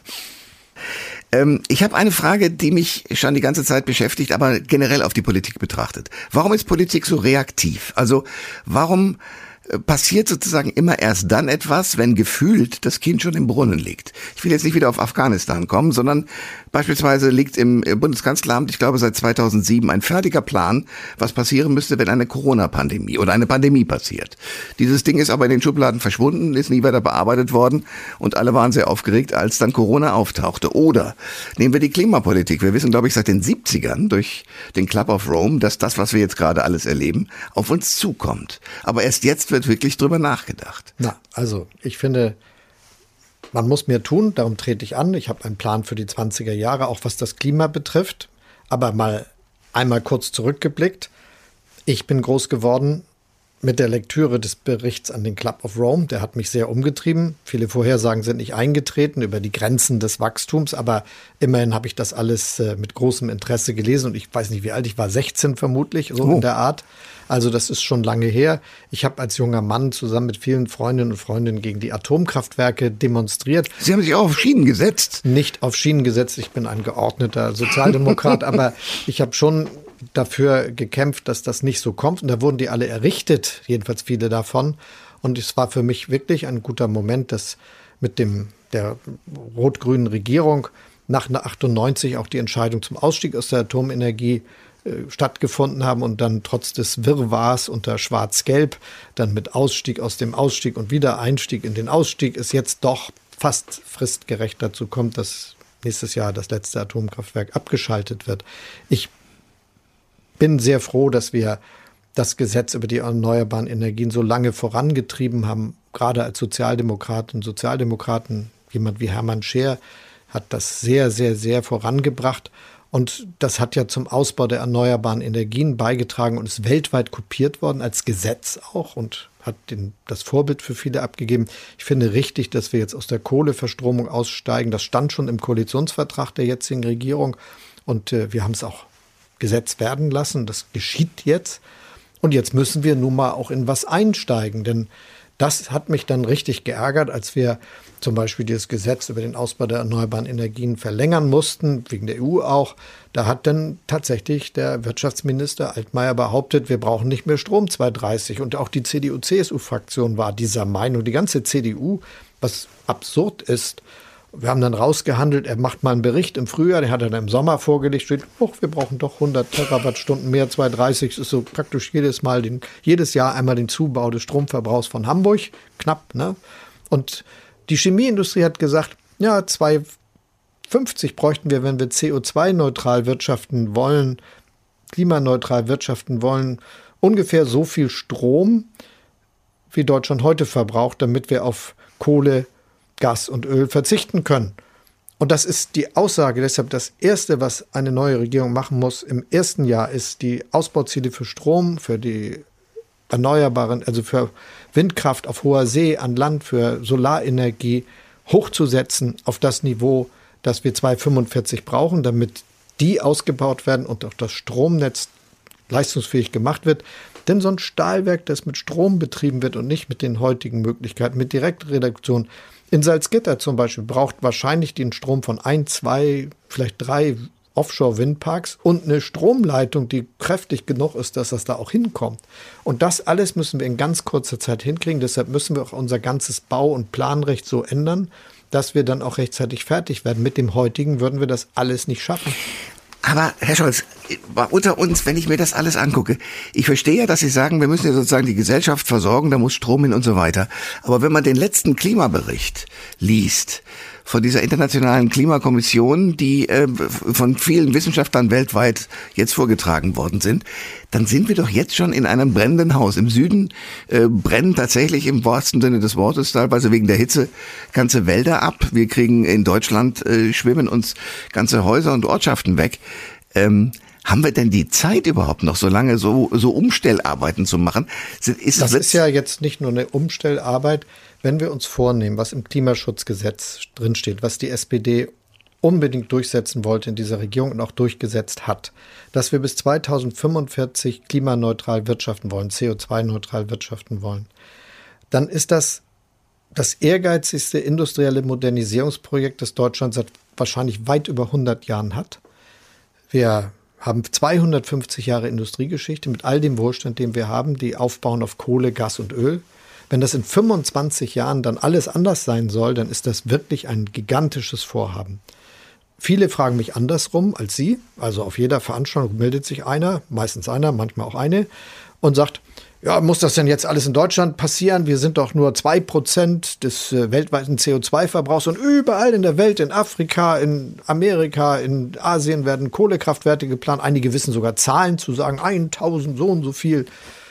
Ich habe eine Frage, die mich schon die ganze Zeit beschäftigt, aber generell auf die Politik betrachtet. Warum ist Politik so reaktiv? Also warum passiert sozusagen immer erst dann etwas, wenn gefühlt das Kind schon im Brunnen liegt? Ich will jetzt nicht wieder auf Afghanistan kommen, sondern beispielsweise liegt im Bundeskanzleramt, ich glaube seit 2007, ein fertiger Plan, was passieren müsste, wenn eine Corona-Pandemie oder eine Pandemie passiert. Dieses Ding ist aber in den Schubladen verschwunden, ist nie weiter bearbeitet worden und alle waren sehr aufgeregt, als dann Corona auftauchte. Oder nehmen wir die Klimapolitik. Wir wissen, glaube ich, seit den 70ern durch den Club of Rome, dass das, was wir jetzt gerade alles erleben, auf uns zukommt. Aber erst jetzt wird wirklich drüber nachgedacht. Also ich finde, man muss mehr tun, darum trete ich an. Ich habe einen Plan für die 20er Jahre, auch was das Klima betrifft. Aber einmal kurz zurückgeblickt. Ich bin groß geworden mit der Lektüre des Berichts an den Club of Rome. Der hat mich sehr umgetrieben. Viele Vorhersagen sind nicht eingetreten über die Grenzen des Wachstums, aber immerhin habe ich das alles mit großem Interesse gelesen und ich weiß nicht, wie alt ich war, 16 vermutlich, so in der Art. Also das ist schon lange her. Ich habe als junger Mann zusammen mit vielen Freundinnen und Freunden gegen die Atomkraftwerke demonstriert. Sie haben sich auch auf Schienen gesetzt? Nicht auf Schienen gesetzt. Ich bin ein geordneter Sozialdemokrat, aber ich habe schon dafür gekämpft, dass das nicht so kommt. Und da wurden die alle errichtet, jedenfalls viele davon. Und es war für mich wirklich ein guter Moment, dass mit der rot-grünen Regierung nach 98 auch die Entscheidung zum Ausstieg aus der Atomenergie stattgefunden haben und dann trotz des Wirrwarrs unter Schwarz-Gelb, dann mit Ausstieg aus dem Ausstieg und wieder Einstieg in den Ausstieg, es jetzt doch fast fristgerecht dazu kommt, dass nächstes Jahr das letzte Atomkraftwerk abgeschaltet wird. Ich bin sehr froh, dass wir das Gesetz über die erneuerbaren Energien so lange vorangetrieben haben, gerade als Sozialdemokraten, jemand wie Hermann Scheer hat das sehr, sehr, sehr vorangebracht. Und das hat ja zum Ausbau der erneuerbaren Energien beigetragen und ist weltweit kopiert worden, als Gesetz auch und hat das Vorbild für viele abgegeben. Ich finde richtig, dass wir jetzt aus der Kohleverstromung aussteigen. Das stand schon im Koalitionsvertrag der jetzigen Regierung und wir haben es auch Gesetz werden lassen. Das geschieht jetzt. Und jetzt müssen wir nun mal auch in was einsteigen, denn das hat mich dann richtig geärgert, als wir zum Beispiel dieses Gesetz über den Ausbau der erneuerbaren Energien verlängern mussten, wegen der EU auch. Da hat dann tatsächlich der Wirtschaftsminister Altmaier behauptet, wir brauchen nicht mehr Strom 2030. Und auch die CDU-CSU-Fraktion war dieser Meinung, die ganze CDU, was absurd ist. Wir haben dann rausgehandelt, er macht mal einen Bericht im Frühjahr, den hat er dann im Sommer vorgelegt, steht, wir brauchen doch 100 Terawattstunden mehr, 2030, das ist so praktisch jedes Jahr einmal den Zubau des Stromverbrauchs von Hamburg, knapp, ne? Und die Chemieindustrie hat gesagt, ja, 2050 bräuchten wir, wenn wir CO2-neutral wirtschaften wollen, klimaneutral wirtschaften wollen, ungefähr so viel Strom, wie Deutschland heute verbraucht, damit wir auf Kohle, Gas und Öl verzichten können. Und das ist die Aussage. Deshalb das Erste, was eine neue Regierung machen muss im ersten Jahr, ist die Ausbauziele für Strom, für die Erneuerbaren, also für Windkraft auf hoher See, an Land, für Solarenergie hochzusetzen auf das Niveau, das wir 2045 brauchen, damit die ausgebaut werden und auch das Stromnetz leistungsfähig gemacht wird. Denn so ein Stahlwerk, das mit Strom betrieben wird und nicht mit den heutigen Möglichkeiten, mit Direktreduktion, in Salzgitter zum Beispiel braucht wahrscheinlich den Strom von 1, 2, vielleicht 3 Offshore-Windparks und eine Stromleitung, die kräftig genug ist, dass das da auch hinkommt. Und das alles müssen wir in ganz kurzer Zeit hinkriegen. Deshalb müssen wir auch unser ganzes Bau- und Planrecht so ändern, dass wir dann auch rechtzeitig fertig werden. Mit dem heutigen würden wir das alles nicht schaffen. Aber Herr Scholz, unter uns, wenn ich mir das alles angucke, ich verstehe ja, dass Sie sagen, wir müssen ja sozusagen die Gesellschaft versorgen, da muss Strom hin und so weiter. Aber wenn man den letzten Klimabericht liest, von dieser internationalen Klimakommission, die von vielen Wissenschaftlern weltweit jetzt vorgetragen worden sind, dann sind wir doch jetzt schon in einem brennenden Haus. Im Süden brennen tatsächlich im wahrsten Sinne des Wortes teilweise wegen der Hitze ganze Wälder ab. Wir kriegen in Deutschland, schwimmen uns ganze Häuser und Ortschaften weg. Haben wir denn die Zeit überhaupt noch, so lange so Umstellarbeiten zu machen? Das ist ja jetzt nicht nur eine Umstellarbeit. Wenn wir uns vornehmen, was im Klimaschutzgesetz drinsteht, was die SPD unbedingt durchsetzen wollte in dieser Regierung und auch durchgesetzt hat, dass wir bis 2045 klimaneutral wirtschaften wollen, CO2-neutral wirtschaften wollen, dann ist das ehrgeizigste industrielle Modernisierungsprojekt, das Deutschland seit wahrscheinlich weit über 100 Jahren hat. Wir haben 250 Jahre Industriegeschichte mit all dem Wohlstand, den wir haben, die aufbauen auf Kohle, Gas und Öl. Wenn das in 25 Jahren dann alles anders sein soll, dann ist das wirklich ein gigantisches Vorhaben. Viele fragen mich andersrum als Sie. Also auf jeder Veranstaltung meldet sich einer, meistens einer, manchmal auch eine, und sagt, ja, muss das denn jetzt alles in Deutschland passieren? Wir sind doch nur 2% des weltweiten CO2-Verbrauchs und überall in der Welt, in Afrika, in Amerika, in Asien werden Kohlekraftwerke geplant. Einige wissen sogar Zahlen zu sagen, 1000 so und so viel.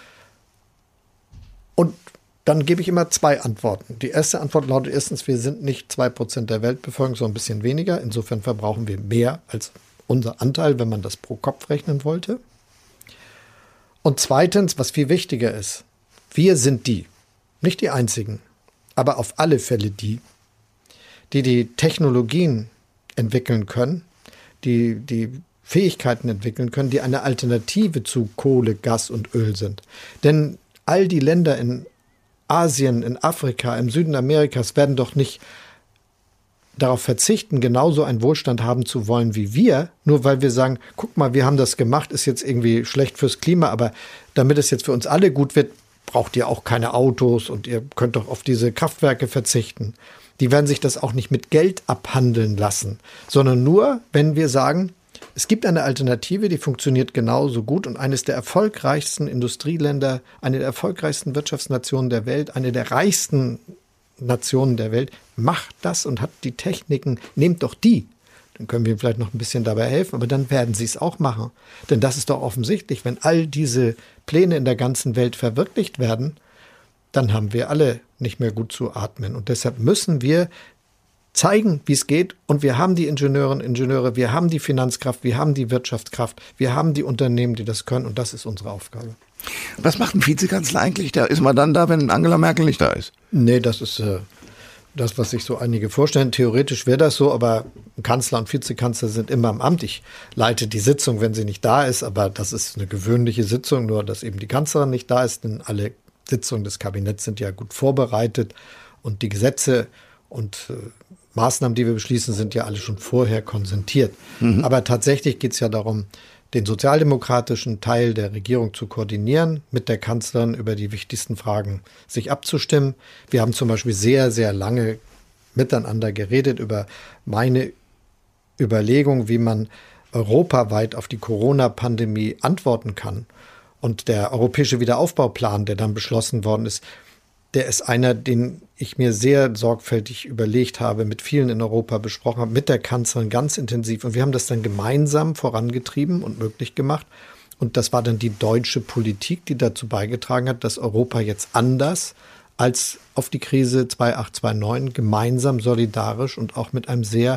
Und dann gebe ich immer 2 Antworten. Die erste Antwort lautet erstens, wir sind nicht 2% der Weltbevölkerung, sondern ein bisschen weniger. Insofern verbrauchen wir mehr als unser Anteil, wenn man das pro Kopf rechnen wollte. Und zweitens, was viel wichtiger ist, wir sind die, nicht die Einzigen, aber auf alle Fälle die Technologien entwickeln können, die Fähigkeiten entwickeln können, die eine Alternative zu Kohle, Gas und Öl sind. Denn all die Länder in Asien, in Afrika, im Süden Amerikas werden doch nicht darauf verzichten, genauso einen Wohlstand haben zu wollen wie wir, nur weil wir sagen, guck mal, wir haben das gemacht, ist jetzt irgendwie schlecht fürs Klima, aber damit es jetzt für uns alle gut wird, braucht ihr auch keine Autos und ihr könnt doch auf diese Kraftwerke verzichten. Die werden sich das auch nicht mit Geld abhandeln lassen, sondern nur, wenn wir sagen, es gibt eine Alternative, die funktioniert genauso gut und eines der erfolgreichsten Industrieländer, eine der erfolgreichsten Wirtschaftsnationen der Welt, eine der reichsten Nationen der Welt, macht das und hat die Techniken, nehmt doch die. Dann können wir ihnen vielleicht noch ein bisschen dabei helfen, aber dann werden sie es auch machen. Denn das ist doch offensichtlich, wenn all diese Pläne in der ganzen Welt verwirklicht werden, dann haben wir alle nicht mehr gut zu atmen. Und deshalb müssen wir zeigen, wie es geht. Und wir haben die Ingenieurinnen und Ingenieure, wir haben die Finanzkraft, wir haben die Wirtschaftskraft, wir haben die Unternehmen, die das können. Und das ist unsere Aufgabe. Was macht ein Vizekanzler eigentlich? Da ist man dann da, wenn Angela Merkel nicht da ist? Nee, das ist das, was sich so einige vorstellen. Theoretisch wäre das so, aber Kanzler und Vizekanzler sind immer im Amt. Ich leite die Sitzung, wenn sie nicht da ist, aber das ist eine gewöhnliche Sitzung, nur dass eben die Kanzlerin nicht da ist, denn alle Sitzungen des Kabinetts sind ja gut vorbereitet und die Gesetze und Maßnahmen, die wir beschließen, sind ja alle schon vorher konsentiert. Aber tatsächlich geht es ja darum, den sozialdemokratischen Teil der Regierung zu koordinieren, mit der Kanzlerin über die wichtigsten Fragen sich abzustimmen. Wir haben zum Beispiel sehr, sehr lange miteinander geredet über meine Überlegung, wie man europaweit auf die Corona-Pandemie antworten kann. Und der europäische Wiederaufbauplan, der dann beschlossen worden ist, der ist einer, den ich mir sehr sorgfältig überlegt habe, mit vielen in Europa besprochen habe, mit der Kanzlerin ganz intensiv. Und wir haben das dann gemeinsam vorangetrieben und möglich gemacht. Und das war dann die deutsche Politik, die dazu beigetragen hat, dass Europa jetzt anders als auf die Krise 2008, 2009 gemeinsam, solidarisch und auch mit einem sehr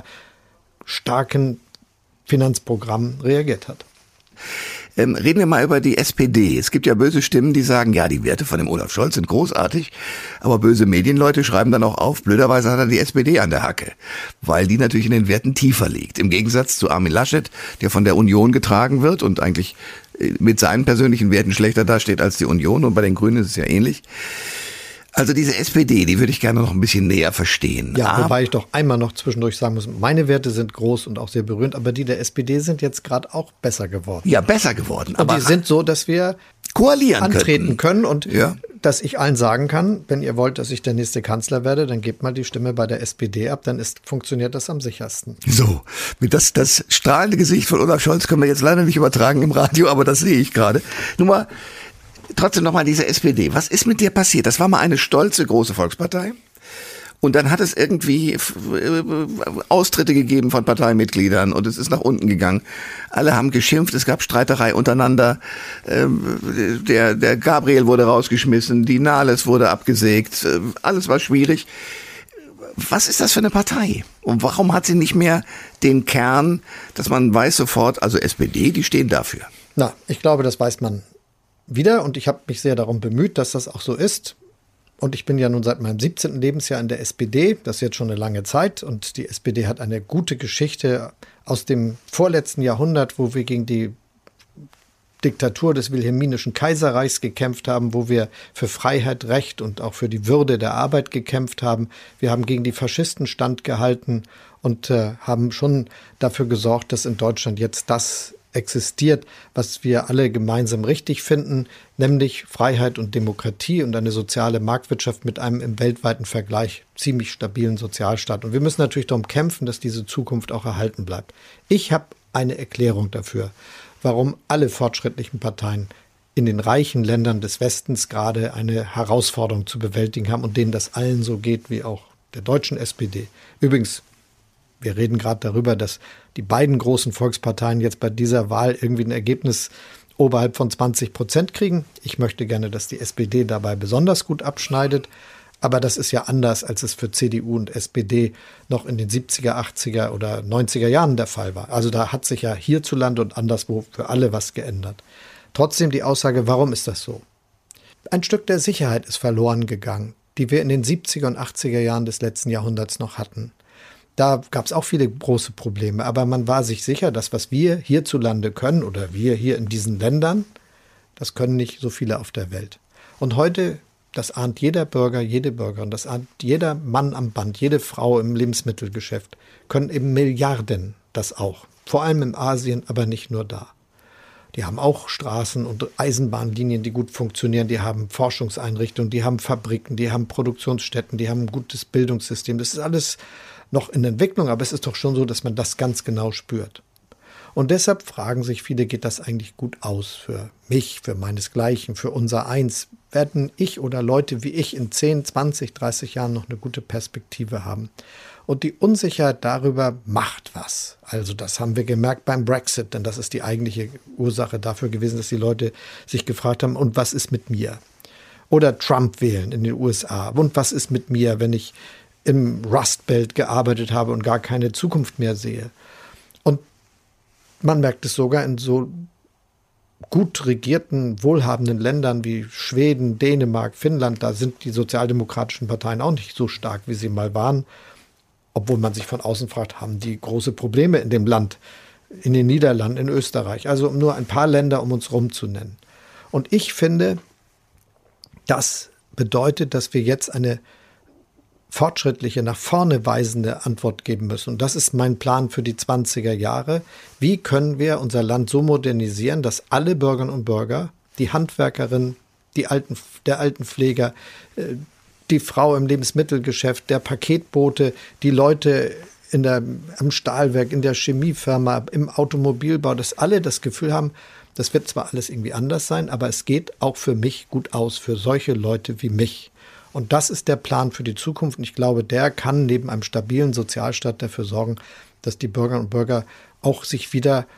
starken Finanzprogramm reagiert hat. Reden wir mal über die SPD. Es gibt ja böse Stimmen, die sagen, ja, die Werte von dem Olaf Scholz sind großartig, aber böse Medienleute schreiben dann auch auf, blöderweise hat er die SPD an der Hacke, weil die natürlich in den Werten tiefer liegt. Im Gegensatz zu Armin Laschet, der von der Union getragen wird und eigentlich mit seinen persönlichen Werten schlechter dasteht als die Union, und bei den Grünen ist es ja ähnlich. Also diese SPD, die würde ich gerne noch ein bisschen näher verstehen. Ja, wobei ich doch einmal noch zwischendurch sagen muss, meine Werte sind groß und auch sehr berühmt, aber die der SPD sind jetzt gerade auch besser geworden. Ja, besser geworden. Und aber die sind so, dass wir koalieren antreten können und dass ich allen sagen kann, wenn ihr wollt, dass ich der nächste Kanzler werde, dann gebt mal die Stimme bei der SPD ab, dann funktioniert das am sichersten. So, das strahlende Gesicht von Olaf Scholz können wir jetzt leider nicht übertragen im Radio, aber das sehe ich gerade. Nun mal, trotzdem nochmal diese SPD. Was ist mit dir passiert? Das war mal eine stolze, große Volkspartei. Und dann hat es irgendwie Austritte gegeben von Parteimitgliedern und es ist nach unten gegangen. Alle haben geschimpft, es gab Streiterei untereinander. Der Gabriel wurde rausgeschmissen, die Nahles wurde abgesägt. Alles war schwierig. Was ist das für eine Partei? Und warum hat sie nicht mehr den Kern, dass man weiß sofort, also SPD, die stehen dafür? Na, ich glaube, das weiß man wieder und ich habe mich sehr darum bemüht, dass das auch so ist. Und ich bin ja nun seit meinem 17. Lebensjahr in der SPD, das ist jetzt schon eine lange Zeit. Und die SPD hat eine gute Geschichte aus dem vorletzten Jahrhundert, wo wir gegen die Diktatur des Wilhelminischen Kaiserreichs gekämpft haben, wo wir für Freiheit, Recht und auch für die Würde der Arbeit gekämpft haben. Wir haben gegen die Faschisten standgehalten und haben schon dafür gesorgt, dass in Deutschland jetzt das existiert, was wir alle gemeinsam richtig finden, nämlich Freiheit und Demokratie und eine soziale Marktwirtschaft mit einem im weltweiten Vergleich ziemlich stabilen Sozialstaat. Und wir müssen natürlich darum kämpfen, dass diese Zukunft auch erhalten bleibt. Ich habe eine Erklärung dafür, warum alle fortschrittlichen Parteien in den reichen Ländern des Westens gerade eine Herausforderung zu bewältigen haben und denen das allen so geht wie auch der deutschen SPD. Übrigens, wir reden gerade darüber, dass die beiden großen Volksparteien jetzt bei dieser Wahl irgendwie ein Ergebnis oberhalb von 20% kriegen. Ich möchte gerne, dass die SPD dabei besonders gut abschneidet. Aber das ist ja anders, als es für CDU und SPD noch in den 70er, 80er oder 90er Jahren der Fall war. Also da hat sich ja hierzulande und anderswo für alle was geändert. Trotzdem die Aussage, warum ist das so? Ein Stück der Sicherheit ist verloren gegangen, die wir in den 70er und 80er Jahren des letzten Jahrhunderts noch hatten. Da gab es auch viele große Probleme, aber man war sich sicher, dass was wir hierzulande können oder wir hier in diesen Ländern, das können nicht so viele auf der Welt. Und heute, das ahnt jeder Bürger, jede Bürgerin, das ahnt jeder Mann am Band, jede Frau im Lebensmittelgeschäft, können eben Milliarden das auch. Vor allem in Asien, aber nicht nur da. Die haben auch Straßen und Eisenbahnlinien, die gut funktionieren. Die haben Forschungseinrichtungen, die haben Fabriken, die haben Produktionsstätten, die haben ein gutes Bildungssystem. Das ist alles noch in Entwicklung, aber es ist doch schon so, dass man das ganz genau spürt. Und deshalb fragen sich viele, geht das eigentlich gut aus für mich, für meinesgleichen, für unser Eins? Werden ich oder Leute wie ich in 10, 20, 30 Jahren noch eine gute Perspektive haben? Und die Unsicherheit darüber macht was. Also das haben wir gemerkt beim Brexit, denn das ist die eigentliche Ursache dafür gewesen, dass die Leute sich gefragt haben, und was ist mit mir? Oder Trump wählen in den USA. Und was ist mit mir, wenn ich im Rust Belt gearbeitet habe und gar keine Zukunft mehr sehe? Und man merkt es sogar in so gut regierten, wohlhabenden Ländern wie Schweden, Dänemark, Finnland, da sind die sozialdemokratischen Parteien auch nicht so stark, wie sie mal waren. Obwohl man sich von außen fragt, haben die große Probleme in dem Land, in den Niederlanden, in Österreich. Also nur ein paar Länder um uns rum zu nennen. Und ich finde, das bedeutet, dass wir jetzt eine fortschrittliche, nach vorne weisende Antwort geben müssen. Und das ist mein Plan für die 20er Jahre. Wie können wir unser Land so modernisieren, dass alle Bürgerinnen und Bürger, die Handwerkerin, der Altenpfleger, die Frau im Lebensmittelgeschäft, der Paketbote, die Leute am Stahlwerk, in der Chemiefirma, im Automobilbau, dass alle das Gefühl haben, das wird zwar alles irgendwie anders sein, aber es geht auch für mich gut aus, für solche Leute wie mich. Und das ist der Plan für die Zukunft. Und ich glaube, der kann neben einem stabilen Sozialstaat dafür sorgen, dass die Bürgerinnen und Bürger auch sich wieder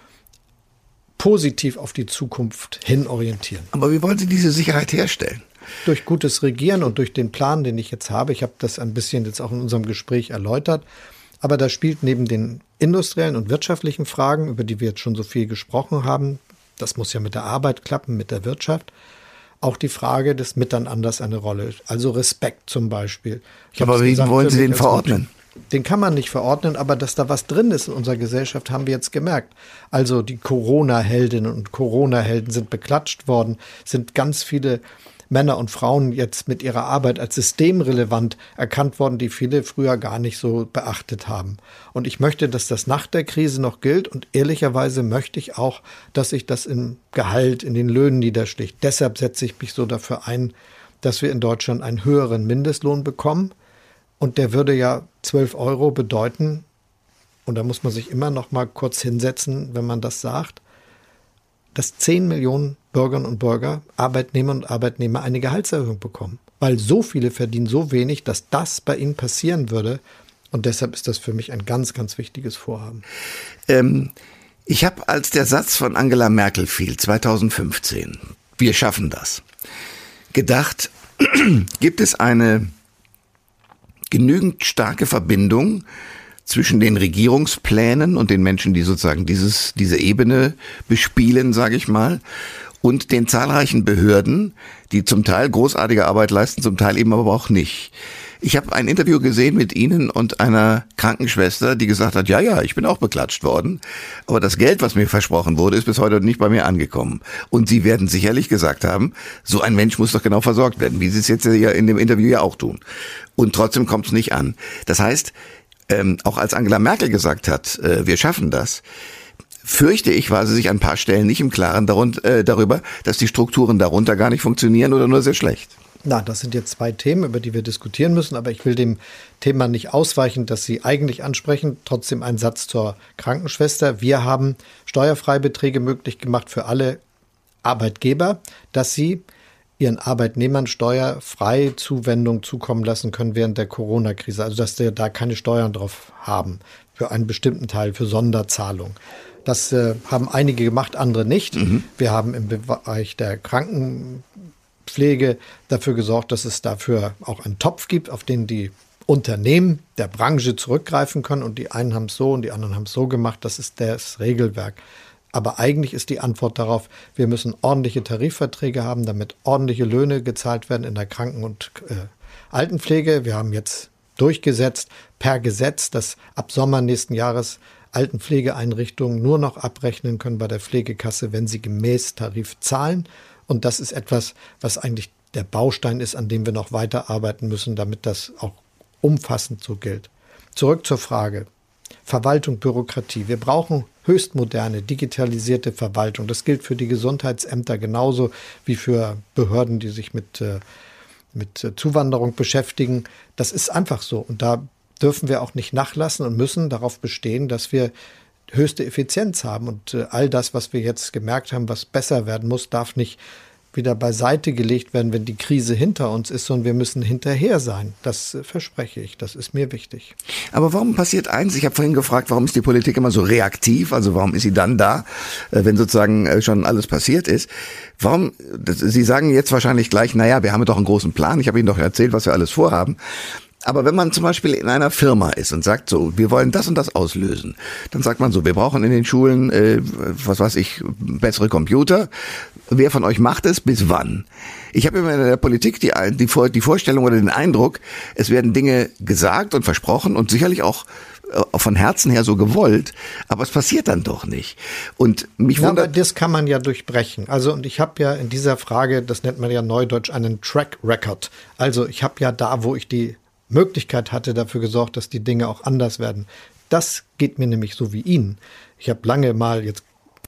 positiv auf die Zukunft hin orientieren. Aber wie wollen Sie diese Sicherheit herstellen? Durch gutes Regieren und durch den Plan, den ich jetzt habe. Ich habe das ein bisschen jetzt auch in unserem Gespräch erläutert. Aber da spielt neben den industriellen und wirtschaftlichen Fragen, über die wir jetzt schon so viel gesprochen haben, das muss ja mit der Arbeit klappen, mit der Wirtschaft, auch die Frage des Miteinanders eine Rolle. Also Respekt zum Beispiel. Aber wie wollen Sie den verordnen? Den kann man nicht verordnen, aber dass da was drin ist in unserer Gesellschaft, haben wir jetzt gemerkt. Also die Corona-Heldinnen und Corona-Helden sind beklatscht worden, sind ganz viele Männer und Frauen jetzt mit ihrer Arbeit als systemrelevant erkannt worden, die viele früher gar nicht so beachtet haben. Und ich möchte, dass das nach der Krise noch gilt und ehrlicherweise möchte ich auch, dass sich das im Gehalt, in den Löhnen niederschlägt. Deshalb setze ich mich so dafür ein, dass wir in Deutschland einen höheren Mindestlohn bekommen und der würde ja 12 € bedeuten, und da muss man sich immer noch mal kurz hinsetzen, wenn man das sagt, dass 10 Millionen Bürgerinnen und Bürger, Arbeitnehmerinnen und Arbeitnehmer eine Gehaltserhöhung bekommen. Weil so viele verdienen so wenig, dass das bei ihnen passieren würde. Und deshalb ist das für mich ein ganz, ganz wichtiges Vorhaben. Ich habe, als der Satz von Angela Merkel fiel, 2015, wir schaffen das, gedacht, gibt es eine genügend starke Verbindung zwischen den Regierungsplänen und den Menschen, die sozusagen diese Ebene bespielen, sage ich mal, und den zahlreichen Behörden, die zum Teil großartige Arbeit leisten, zum Teil eben aber auch nicht. Ich habe ein Interview gesehen mit Ihnen und einer Krankenschwester, die gesagt hat, ja, ich bin auch beklatscht worden, aber das Geld, was mir versprochen wurde, ist bis heute nicht bei mir angekommen. Und Sie werden sicherlich gesagt haben, so ein Mensch muss doch genau versorgt werden, wie Sie es jetzt ja in dem Interview ja auch tun. Und trotzdem kommt es nicht an. Das heißt, auch als Angela Merkel gesagt hat, wir schaffen das, fürchte ich, war sie sich an ein paar Stellen nicht im Klaren darüber, dass die Strukturen darunter gar nicht funktionieren oder nur sehr schlecht. Na, das sind jetzt zwei Themen, über die wir diskutieren müssen, aber ich will dem Thema nicht ausweichen, das Sie eigentlich ansprechen. Trotzdem ein Satz zur Krankenschwester. Wir haben Steuerfreibeträge möglich gemacht für alle Arbeitgeber, dass sie ihren Arbeitnehmern steuerfrei Zuwendung zukommen lassen können während der Corona-Krise. Also dass sie da keine Steuern drauf haben, für einen bestimmten Teil, für Sonderzahlung. Das haben einige gemacht, andere nicht. Wir haben im Bereich der Krankenpflege dafür gesorgt, dass es dafür auch einen Topf gibt, auf den die Unternehmen der Branche zurückgreifen können. Und die einen haben es so und die anderen haben es so gemacht. Das ist das Regelwerk. Aber eigentlich ist die Antwort darauf, wir müssen ordentliche Tarifverträge haben, damit ordentliche Löhne gezahlt werden in der Kranken- und Altenpflege. Wir haben jetzt durchgesetzt per Gesetz, dass ab Sommer nächsten Jahres Altenpflegeeinrichtungen nur noch abrechnen können bei der Pflegekasse, wenn sie gemäß Tarif zahlen. Und das ist etwas, was eigentlich der Baustein ist, an dem wir noch weiterarbeiten müssen, damit das auch umfassend so gilt. Zurück zur Frage. Verwaltung, Bürokratie. Wir brauchen höchstmoderne, digitalisierte Verwaltung. Das gilt für die Gesundheitsämter genauso wie für Behörden, die sich mit Zuwanderung beschäftigen. Das ist einfach so. Und da dürfen wir auch nicht nachlassen und müssen darauf bestehen, dass wir höchste Effizienz haben. Und all das, was wir jetzt gemerkt haben, was besser werden muss, darf nicht wieder beiseite gelegt werden, wenn die Krise hinter uns ist, sondern wir müssen hinterher sein. Das verspreche ich. Das ist mir wichtig. Aber warum passiert eins? Ich habe vorhin gefragt, warum ist die Politik immer so reaktiv? Also warum ist sie dann da, wenn sozusagen schon alles passiert ist? Sie sagen jetzt wahrscheinlich gleich, naja, wir haben doch einen großen Plan. Ich habe Ihnen doch erzählt, was wir alles vorhaben. Aber wenn man zum Beispiel in einer Firma ist und sagt so, wir wollen das und das auslösen, dann sagt man so, wir brauchen in den Schulen, was weiß ich, bessere Computer. Wer von euch macht es, bis wann? Ich habe immer in der Politik die Vorstellung oder den Eindruck, es werden Dinge gesagt und versprochen und sicherlich auch von Herzen her so gewollt, aber es passiert dann doch nicht. Und mich wundert. Aber das kann man ja durchbrechen. Also, und ich habe ja in dieser Frage, das nennt man ja neudeutsch, einen Track Record. Also, ich habe ja da, wo ich die Möglichkeit hatte, dafür gesorgt, dass die Dinge auch anders werden. Das geht mir nämlich so wie Ihnen. Ich habe lange mal, jetzt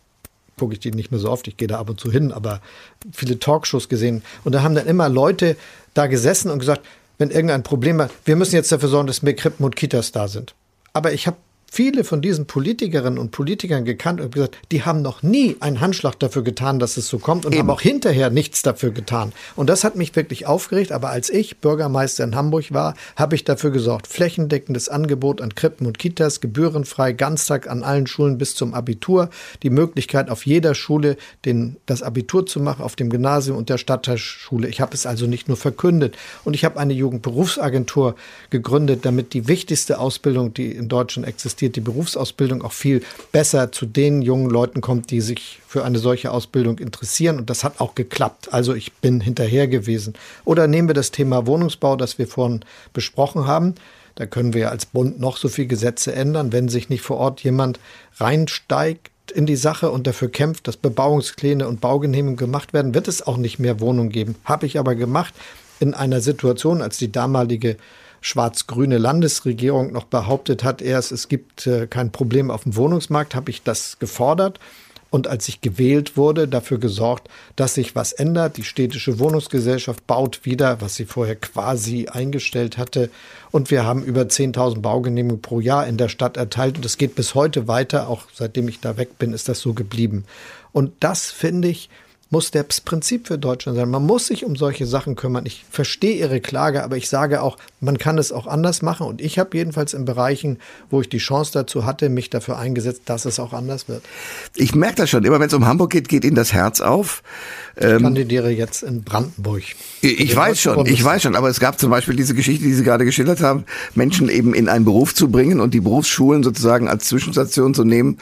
gucke ich die nicht mehr so oft, ich gehe da ab und zu hin, aber viele Talkshows gesehen. Und da haben dann immer Leute da gesessen und gesagt, wenn irgendein Problem war, wir müssen jetzt dafür sorgen, dass mehr Krippen und Kitas da sind. Aber ich habe viele von diesen Politikerinnen und Politikern gekannt und gesagt, die haben noch nie einen Handschlag dafür getan, dass es so kommt und haben auch hinterher nichts dafür getan. Und das hat mich wirklich aufgeregt. Aber als ich Bürgermeister in Hamburg war, habe ich dafür gesorgt, flächendeckendes Angebot an Krippen und Kitas, gebührenfrei, Ganztag an allen Schulen bis zum Abitur, die Möglichkeit auf jeder Schule das Abitur zu machen, auf dem Gymnasium und der Stadtteilschule. Ich habe es also nicht nur verkündet. Und ich habe eine Jugendberufsagentur gegründet, damit die wichtigste Ausbildung, die in Deutschland existiert, die Berufsausbildung auch viel besser zu den jungen Leuten kommt, die sich für eine solche Ausbildung interessieren. Und das hat auch geklappt. Also ich bin hinterher gewesen. Oder nehmen wir das Thema Wohnungsbau, das wir vorhin besprochen haben. Da können wir ja als Bund noch so viele Gesetze ändern. Wenn sich nicht vor Ort jemand reinsteigt in die Sache und dafür kämpft, dass Bebauungspläne und Baugenehmigungen gemacht werden, wird es auch nicht mehr Wohnungen geben. Habe ich aber gemacht in einer Situation, als die damalige schwarz-grüne Landesregierung noch behauptet hat, es gibt kein Problem auf dem Wohnungsmarkt, habe ich das gefordert. Und als ich gewählt wurde, dafür gesorgt, dass sich was ändert. Die städtische Wohnungsgesellschaft baut wieder, was sie vorher quasi eingestellt hatte. Und wir haben über 10.000 Baugenehmigungen pro Jahr in der Stadt erteilt. Und das geht bis heute weiter. Auch seitdem ich da weg bin, ist das so geblieben. Und das, finde ich, muss das Prinzip für Deutschland sein. Man muss sich um solche Sachen kümmern. Ich verstehe Ihre Klage, aber ich sage auch, man kann es auch anders machen. Und ich habe jedenfalls in Bereichen, wo ich die Chance dazu hatte, mich dafür eingesetzt, dass es auch anders wird. Ich merke das schon. Immer wenn es um Hamburg geht, geht Ihnen das Herz auf. Ich kandidiere jetzt in Brandenburg. Ich weiß schon. Aber es gab zum Beispiel diese Geschichte, die Sie gerade geschildert haben, Menschen eben in einen Beruf zu bringen und die Berufsschulen sozusagen als Zwischenstation zu nehmen,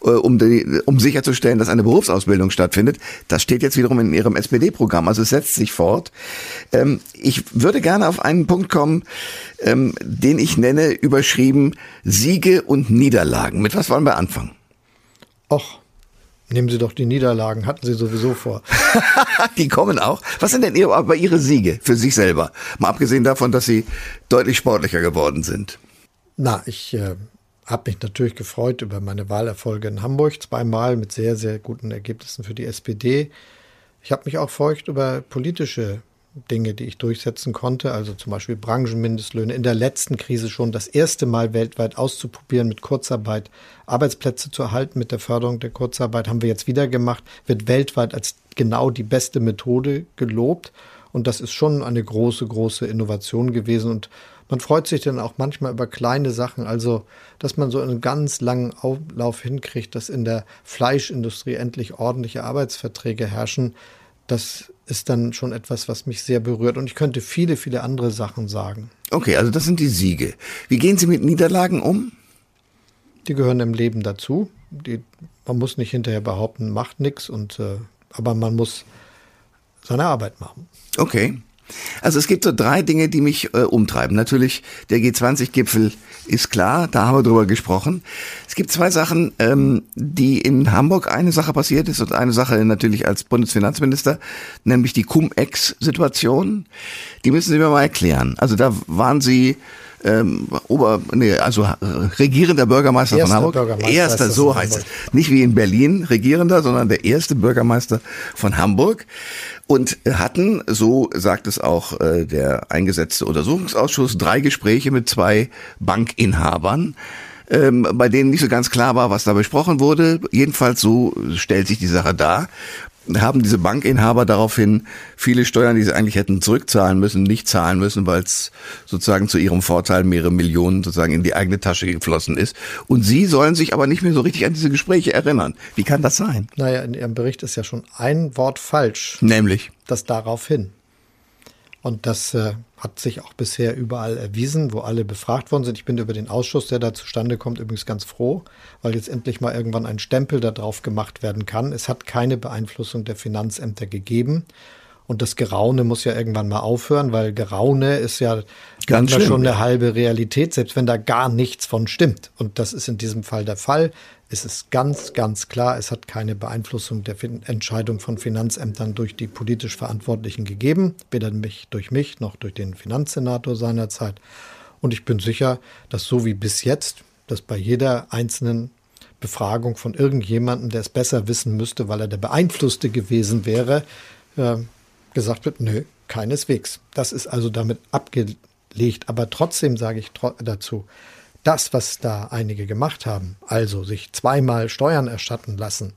um sicherzustellen, dass eine Berufsausbildung stattfindet. Das steht jetzt wiederum in Ihrem SPD-Programm. Also es setzt sich fort. Ich würde gerne auf einen Punkt kommen, den ich nenne, überschrieben, Siege und Niederlagen. Mit was wollen wir anfangen? Och, nehmen Sie doch die Niederlagen, hatten Sie sowieso vor. Die kommen auch. Was sind denn Ihre Siege für sich selber? Mal abgesehen davon, dass Sie deutlich sportlicher geworden sind. Ich habe mich natürlich gefreut über meine Wahlerfolge in Hamburg, 2-mal mit sehr, sehr guten Ergebnissen für die SPD. Ich habe mich auch gefreut über politische Dinge, die ich durchsetzen konnte, also zum Beispiel Branchenmindestlöhne. In der letzten Krise schon das erste Mal weltweit auszuprobieren, mit Kurzarbeit Arbeitsplätze zu erhalten, mit der Förderung der Kurzarbeit haben wir jetzt wieder gemacht, wird weltweit als genau die beste Methode gelobt. Und das ist schon eine große, große Innovation gewesen. Und man freut sich dann auch manchmal über kleine Sachen, also dass man so einen ganz langen Auflauf hinkriegt, dass in der Fleischindustrie endlich ordentliche Arbeitsverträge herrschen. Das ist dann schon etwas, was mich sehr berührt. Und ich könnte viele, viele andere Sachen sagen. Okay, also das sind die Siege. Wie gehen Sie mit Niederlagen um? Die gehören im Leben dazu. Man muss nicht hinterher behaupten, macht nichts, aber man muss seine Arbeit machen. Okay. Also es gibt so 3 Dinge, die mich umtreiben. Natürlich, der G20-Gipfel ist klar, da haben wir drüber gesprochen. Es gibt 2 Sachen, die in Hamburg eine Sache passiert ist und eine Sache natürlich als Bundesfinanzminister, nämlich die Cum-Ex-Situation. Die müssen Sie mir mal erklären. Also da waren Sie regierender Bürgermeister von Hamburg. Erster, so heißt es. Nicht wie in Berlin regierender, sondern der erste Bürgermeister von Hamburg. Und hatten, so sagt es auch der eingesetzte Untersuchungsausschuss, 3 Gespräche mit 2 Bankinhabern, bei denen nicht so ganz klar war, was da besprochen wurde. Jedenfalls so stellt sich die Sache dar. Haben diese Bankinhaber daraufhin viele Steuern, die sie eigentlich hätten zurückzahlen müssen, nicht zahlen müssen, weil es sozusagen zu ihrem Vorteil mehrere Millionen sozusagen in die eigene Tasche geflossen ist. Und Sie sollen sich aber nicht mehr so richtig an diese Gespräche erinnern. Wie kann das sein? In Ihrem Bericht ist ja schon ein Wort falsch. Nämlich? Das daraufhin. Und das hat sich auch bisher überall erwiesen, wo alle befragt worden sind. Ich bin über den Ausschuss, der da zustande kommt, übrigens ganz froh, weil jetzt endlich mal irgendwann ein Stempel da drauf gemacht werden kann. Es hat keine Beeinflussung der Finanzämter gegeben. Und das Geraune muss ja irgendwann mal aufhören, weil Geraune ist ja ganz schlimm, schon eine halbe Realität, selbst wenn da gar nichts von stimmt. Und das ist in diesem Fall der Fall. Es ist ganz, ganz klar, es hat keine Beeinflussung der Entscheidung von Finanzämtern durch die politisch Verantwortlichen gegeben, weder durch mich noch durch den Finanzsenator seinerzeit. Und ich bin sicher, dass so wie bis jetzt, dass bei jeder einzelnen Befragung von irgendjemandem, der es besser wissen müsste, weil er der Beeinflusste gewesen wäre, gesagt wird, nö, keineswegs. Das ist also damit abgelegt. Aber trotzdem sage ich dazu, das, was da einige gemacht haben, also sich zweimal Steuern erstatten lassen,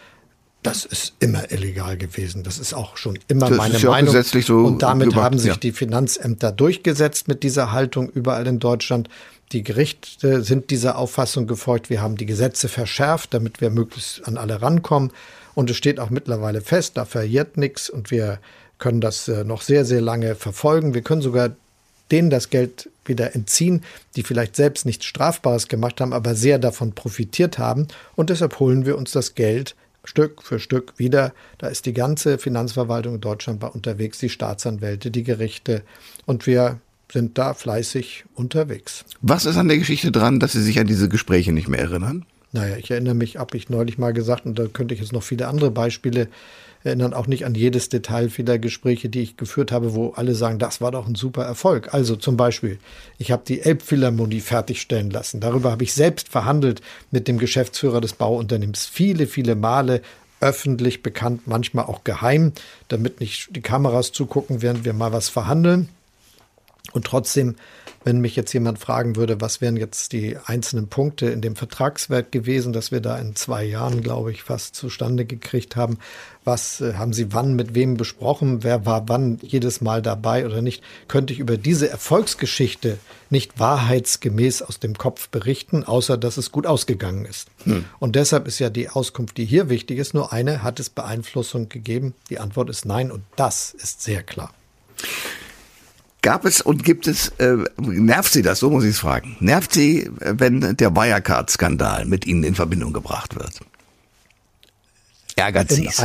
das ist immer illegal gewesen. Das ist auch schon immer meine Meinung. Gesetzlich so und damit gemacht, haben sich die Finanzämter durchgesetzt mit dieser Haltung überall in Deutschland. Die Gerichte sind dieser Auffassung gefolgt. Wir haben die Gesetze verschärft, damit wir möglichst an alle rankommen. Und es steht auch mittlerweile fest, da verjährt nichts und wir können das noch sehr, sehr lange verfolgen. Wir können sogar denen das Geld wieder entziehen, die vielleicht selbst nichts Strafbares gemacht haben, aber sehr davon profitiert haben. Und deshalb holen wir uns das Geld Stück für Stück wieder. Da ist die ganze Finanzverwaltung in Deutschland bei unterwegs, die Staatsanwälte, die Gerichte. Und wir sind da fleißig unterwegs. Was ist an der Geschichte dran, dass Sie sich an diese Gespräche nicht mehr erinnern? Naja, ich erinnere mich, habe ich neulich mal gesagt, und da könnte ich jetzt noch viele andere Beispiele erinnern, auch nicht an jedes Detail vieler Gespräche, die ich geführt habe, wo alle sagen, das war doch ein super Erfolg. Also zum Beispiel, ich habe die Elbphilharmonie fertigstellen lassen. Darüber habe ich selbst verhandelt mit dem Geschäftsführer des Bauunternehmens. Viele, viele Male öffentlich bekannt, manchmal auch geheim, damit nicht die Kameras zugucken, während wir mal was verhandeln. Und trotzdem, wenn mich jetzt jemand fragen würde, was wären jetzt die einzelnen Punkte in dem Vertragswerk gewesen, das wir da in 2 Jahren, glaube ich, fast zustande gekriegt haben, was haben Sie wann mit wem besprochen, wer war wann jedes Mal dabei oder nicht, könnte ich über diese Erfolgsgeschichte nicht wahrheitsgemäß aus dem Kopf berichten, außer dass es gut ausgegangen ist. Und deshalb ist ja die Auskunft, die hier wichtig ist, nur eine: Hat es Beeinflussung gegeben? Die Antwort ist nein, und das ist sehr klar. Gab es und gibt es, nervt Sie das, so muss ich es fragen, nervt Sie, wenn der Wirecard-Skandal mit Ihnen in Verbindung gebracht wird? Ärgert Sie es?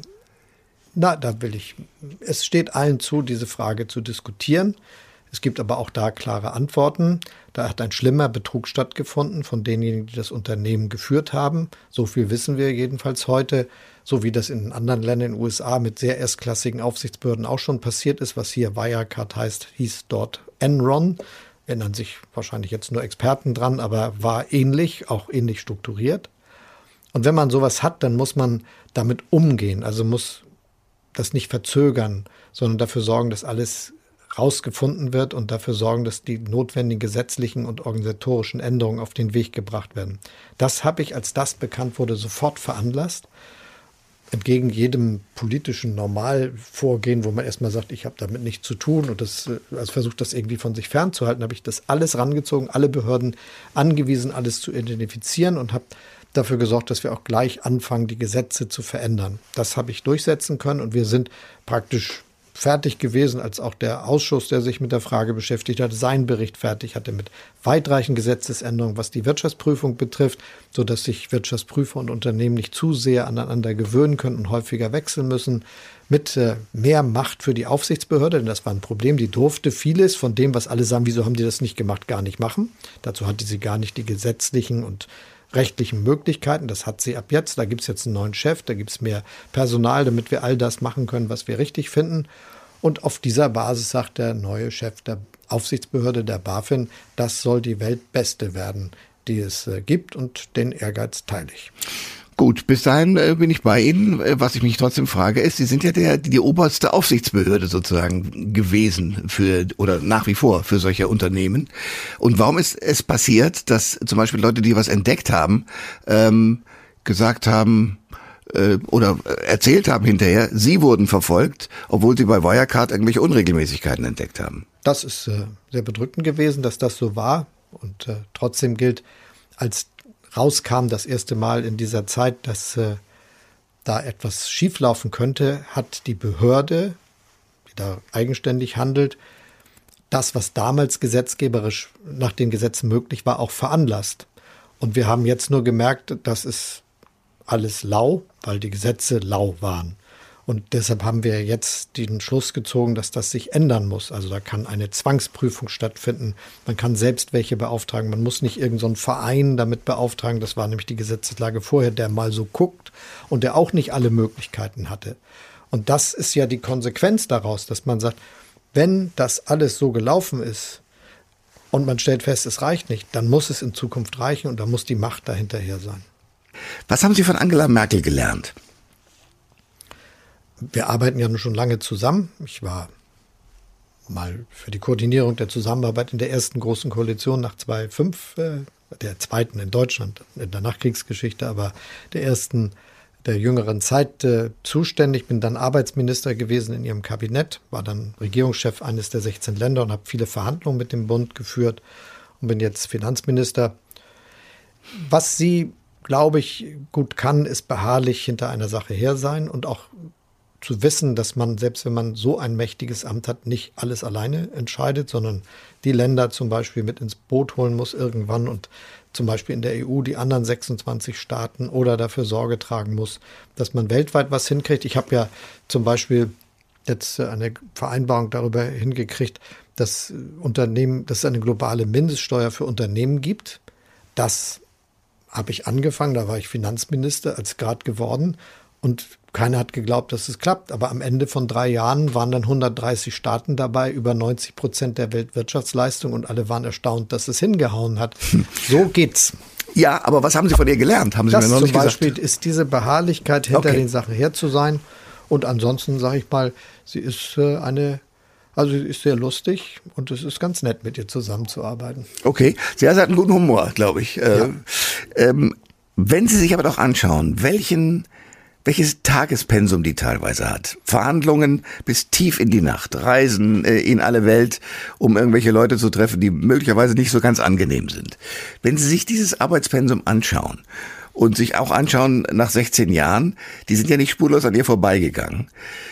Es steht allen zu, diese Frage zu diskutieren. Es gibt aber auch da klare Antworten. Da hat ein schlimmer Betrug stattgefunden von denjenigen, die das Unternehmen geführt haben. So viel wissen wir jedenfalls heute, so wie das in anderen Ländern in den USA mit sehr erstklassigen Aufsichtsbehörden auch schon passiert ist. Was hier Wirecard heißt, hieß dort Enron. Erinnern sich wahrscheinlich jetzt nur Experten dran, aber war ähnlich, auch ähnlich strukturiert. Und wenn man sowas hat, dann muss man damit umgehen. Also muss das nicht verzögern, sondern dafür sorgen, dass alles rausgefunden wird und dafür sorgen, dass die notwendigen gesetzlichen und organisatorischen Änderungen auf den Weg gebracht werden. Das habe ich, als das bekannt wurde, sofort veranlasst. Entgegen jedem politischen Normalvorgehen, wo man erstmal sagt, ich habe damit nichts zu tun und also versucht, das irgendwie von sich fernzuhalten, habe ich das alles rangezogen, alle Behörden angewiesen, alles zu identifizieren und habe dafür gesorgt, dass wir auch gleich anfangen, die Gesetze zu verändern. Das habe ich durchsetzen können und wir sind praktisch fertig gewesen, als auch der Ausschuss, der sich mit der Frage beschäftigt hat, seinen Bericht fertig hatte mit weitreichenden Gesetzesänderungen, was die Wirtschaftsprüfung betrifft, sodass sich Wirtschaftsprüfer und Unternehmen nicht zu sehr aneinander gewöhnen können und häufiger wechseln müssen, mit mehr Macht für die Aufsichtsbehörde, denn das war ein Problem, die durfte vieles von dem, was alle sagen, wieso haben die das nicht gemacht, gar nicht machen. Dazu hatte sie gar nicht die gesetzlichen und rechtlichen Möglichkeiten. Das hat sie ab jetzt. Da gibt es jetzt einen neuen Chef, da gibt es mehr Personal, damit wir all das machen können, was wir richtig finden. Und auf dieser Basis sagt der neue Chef der Aufsichtsbehörde, der BaFin, das soll die Weltbeste werden, die es gibt, und den Ehrgeiz teile ich. Gut, bis dahin bin ich bei Ihnen. Was ich mich trotzdem frage ist, Sie sind ja die oberste Aufsichtsbehörde sozusagen gewesen oder nach wie vor für solche Unternehmen. Und warum ist es passiert, dass zum Beispiel Leute, die was entdeckt haben, gesagt haben oder erzählt haben hinterher, sie wurden verfolgt, obwohl sie bei Wirecard irgendwelche Unregelmäßigkeiten entdeckt haben? Das ist sehr bedrückend gewesen, dass das so war. Und trotzdem gilt, als rauskam das erste Mal in dieser Zeit, dass da etwas schieflaufen könnte, hat die Behörde, die da eigenständig handelt, das, was damals gesetzgeberisch nach den Gesetzen möglich war, auch veranlasst. Und wir haben jetzt nur gemerkt, das ist alles lau, weil die Gesetze lau waren. Und deshalb haben wir jetzt den Schluss gezogen, dass das sich ändern muss. Also da kann eine Zwangsprüfung stattfinden. Man kann selbst welche beauftragen. Man muss nicht irgendeinen so einen Verein damit beauftragen. Das war nämlich die Gesetzeslage vorher, der mal so guckt und der auch nicht alle Möglichkeiten hatte. Und das ist ja die Konsequenz daraus, dass man sagt, wenn das alles so gelaufen ist und man stellt fest, es reicht nicht, dann muss es in Zukunft reichen und da muss die Macht dahinterher sein. Was haben Sie von Angela Merkel gelernt? Wir arbeiten ja nun schon lange zusammen. Ich war mal für die Koordinierung der Zusammenarbeit in der ersten großen Koalition nach 2005, der zweiten in Deutschland, in der Nachkriegsgeschichte, aber der ersten der jüngeren Zeit zuständig. Bin dann Arbeitsminister gewesen in ihrem Kabinett, war dann Regierungschef eines der 16 Länder und habe viele Verhandlungen mit dem Bund geführt und bin jetzt Finanzminister. Was sie, glaube ich, gut kann, ist beharrlich hinter einer Sache her sein und auch zu wissen, dass man, selbst wenn man so ein mächtiges Amt hat, nicht alles alleine entscheidet, sondern die Länder zum Beispiel mit ins Boot holen muss irgendwann und zum Beispiel in der EU die anderen 26 Staaten oder dafür Sorge tragen muss, dass man weltweit was hinkriegt. Ich habe ja zum Beispiel jetzt eine Vereinbarung darüber hingekriegt, dass es eine globale Mindeststeuer für Unternehmen gibt. Das habe ich angefangen, da war ich Finanzminister, als gerade geworden und keiner hat geglaubt, dass es klappt. Aber am Ende von 3 Jahren waren dann 130 Staaten dabei, über 90% der Weltwirtschaftsleistung und alle waren erstaunt, dass es hingehauen hat. So geht's. Ja, aber was haben Sie von ihr gelernt? Haben Sie mir noch nicht gesagt? Zum Beispiel ist diese Beharrlichkeit hinter den Sachen her zu sein. Und ansonsten sage ich mal, sie ist sie ist sehr lustig und es ist ganz nett, mit ihr zusammenzuarbeiten. Okay, sie hat einen guten Humor, glaube ich. Ja. Wenn Sie sich aber doch anschauen, welches Tagespensum die teilweise hat. Verhandlungen bis tief in die Nacht, Reisen in alle Welt, um irgendwelche Leute zu treffen, die möglicherweise nicht so ganz angenehm sind. Wenn Sie sich dieses Arbeitspensum anschauen und sich auch anschauen nach 16 Jahren, die sind ja nicht spurlos an ihr vorbeigegangen.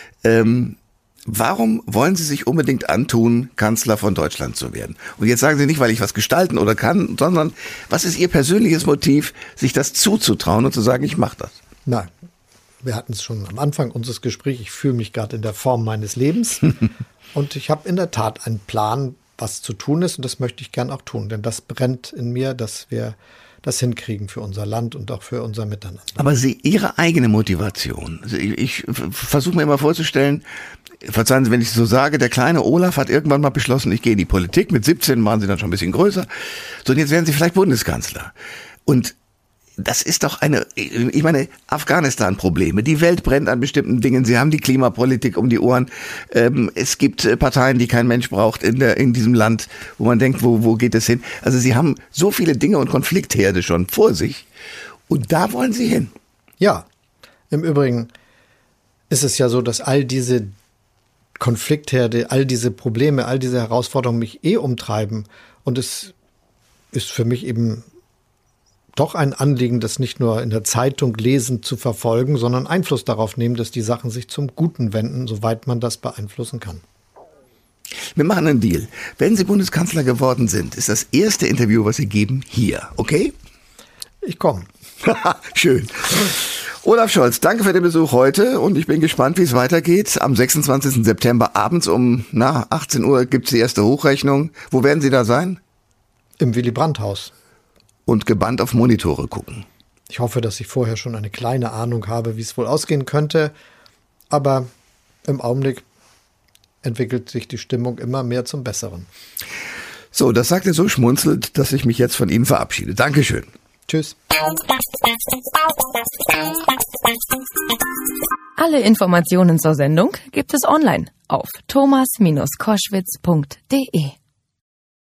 Warum wollen Sie sich unbedingt antun, Kanzler von Deutschland zu werden? Und jetzt sagen Sie nicht, weil ich was gestalten oder kann, sondern was ist Ihr persönliches Motiv, sich das zuzutrauen und zu sagen, ich mache das? Nein. Wir hatten es schon am Anfang unseres Gesprächs. Ich fühle mich gerade in der Form meines Lebens. Und ich habe in der Tat einen Plan, was zu tun ist. Und das möchte ich gern auch tun. Denn das brennt in mir, dass wir das hinkriegen für unser Land und auch für unser Miteinander. Aber Ihre eigene Motivation. Ich versuche mir immer vorzustellen, verzeihen Sie, wenn ich es so sage, der kleine Olaf hat irgendwann mal beschlossen, ich gehe in die Politik. Mit 17 waren Sie dann schon ein bisschen größer. So, und jetzt werden Sie vielleicht Bundeskanzler. Und das ist doch Afghanistan-Probleme. Die Welt brennt an bestimmten Dingen. Sie haben die Klimapolitik um die Ohren. Es gibt Parteien, die kein Mensch braucht in diesem Land, wo man denkt, wo geht es hin? Also Sie haben so viele Dinge und Konfliktherde schon vor sich. Und da wollen Sie hin. Ja, im Übrigen ist es ja so, dass all diese Konfliktherde, all diese Probleme, all diese Herausforderungen mich umtreiben. Und es ist für mich eben doch ein Anliegen, das nicht nur in der Zeitung lesend zu verfolgen, sondern Einfluss darauf nehmen, dass die Sachen sich zum Guten wenden, soweit man das beeinflussen kann. Wir machen einen Deal. Wenn Sie Bundeskanzler geworden sind, ist das erste Interview, was Sie geben, hier. Okay? Ich komme. Schön. Olaf Scholz, danke für den Besuch heute und ich bin gespannt, wie es weitergeht. Am 26. September abends um 18 Uhr gibt es die erste Hochrechnung. Wo werden Sie da sein? Im Willy-Brandt-Haus. Und gebannt auf Monitore gucken. Ich hoffe, dass ich vorher schon eine kleine Ahnung habe, wie es wohl ausgehen könnte. Aber im Augenblick entwickelt sich die Stimmung immer mehr zum Besseren. So, das sagt er so schmunzelt, dass ich mich jetzt von Ihnen verabschiede. Dankeschön. Tschüss. Alle Informationen zur Sendung gibt es online auf thomas-koschwitz.de.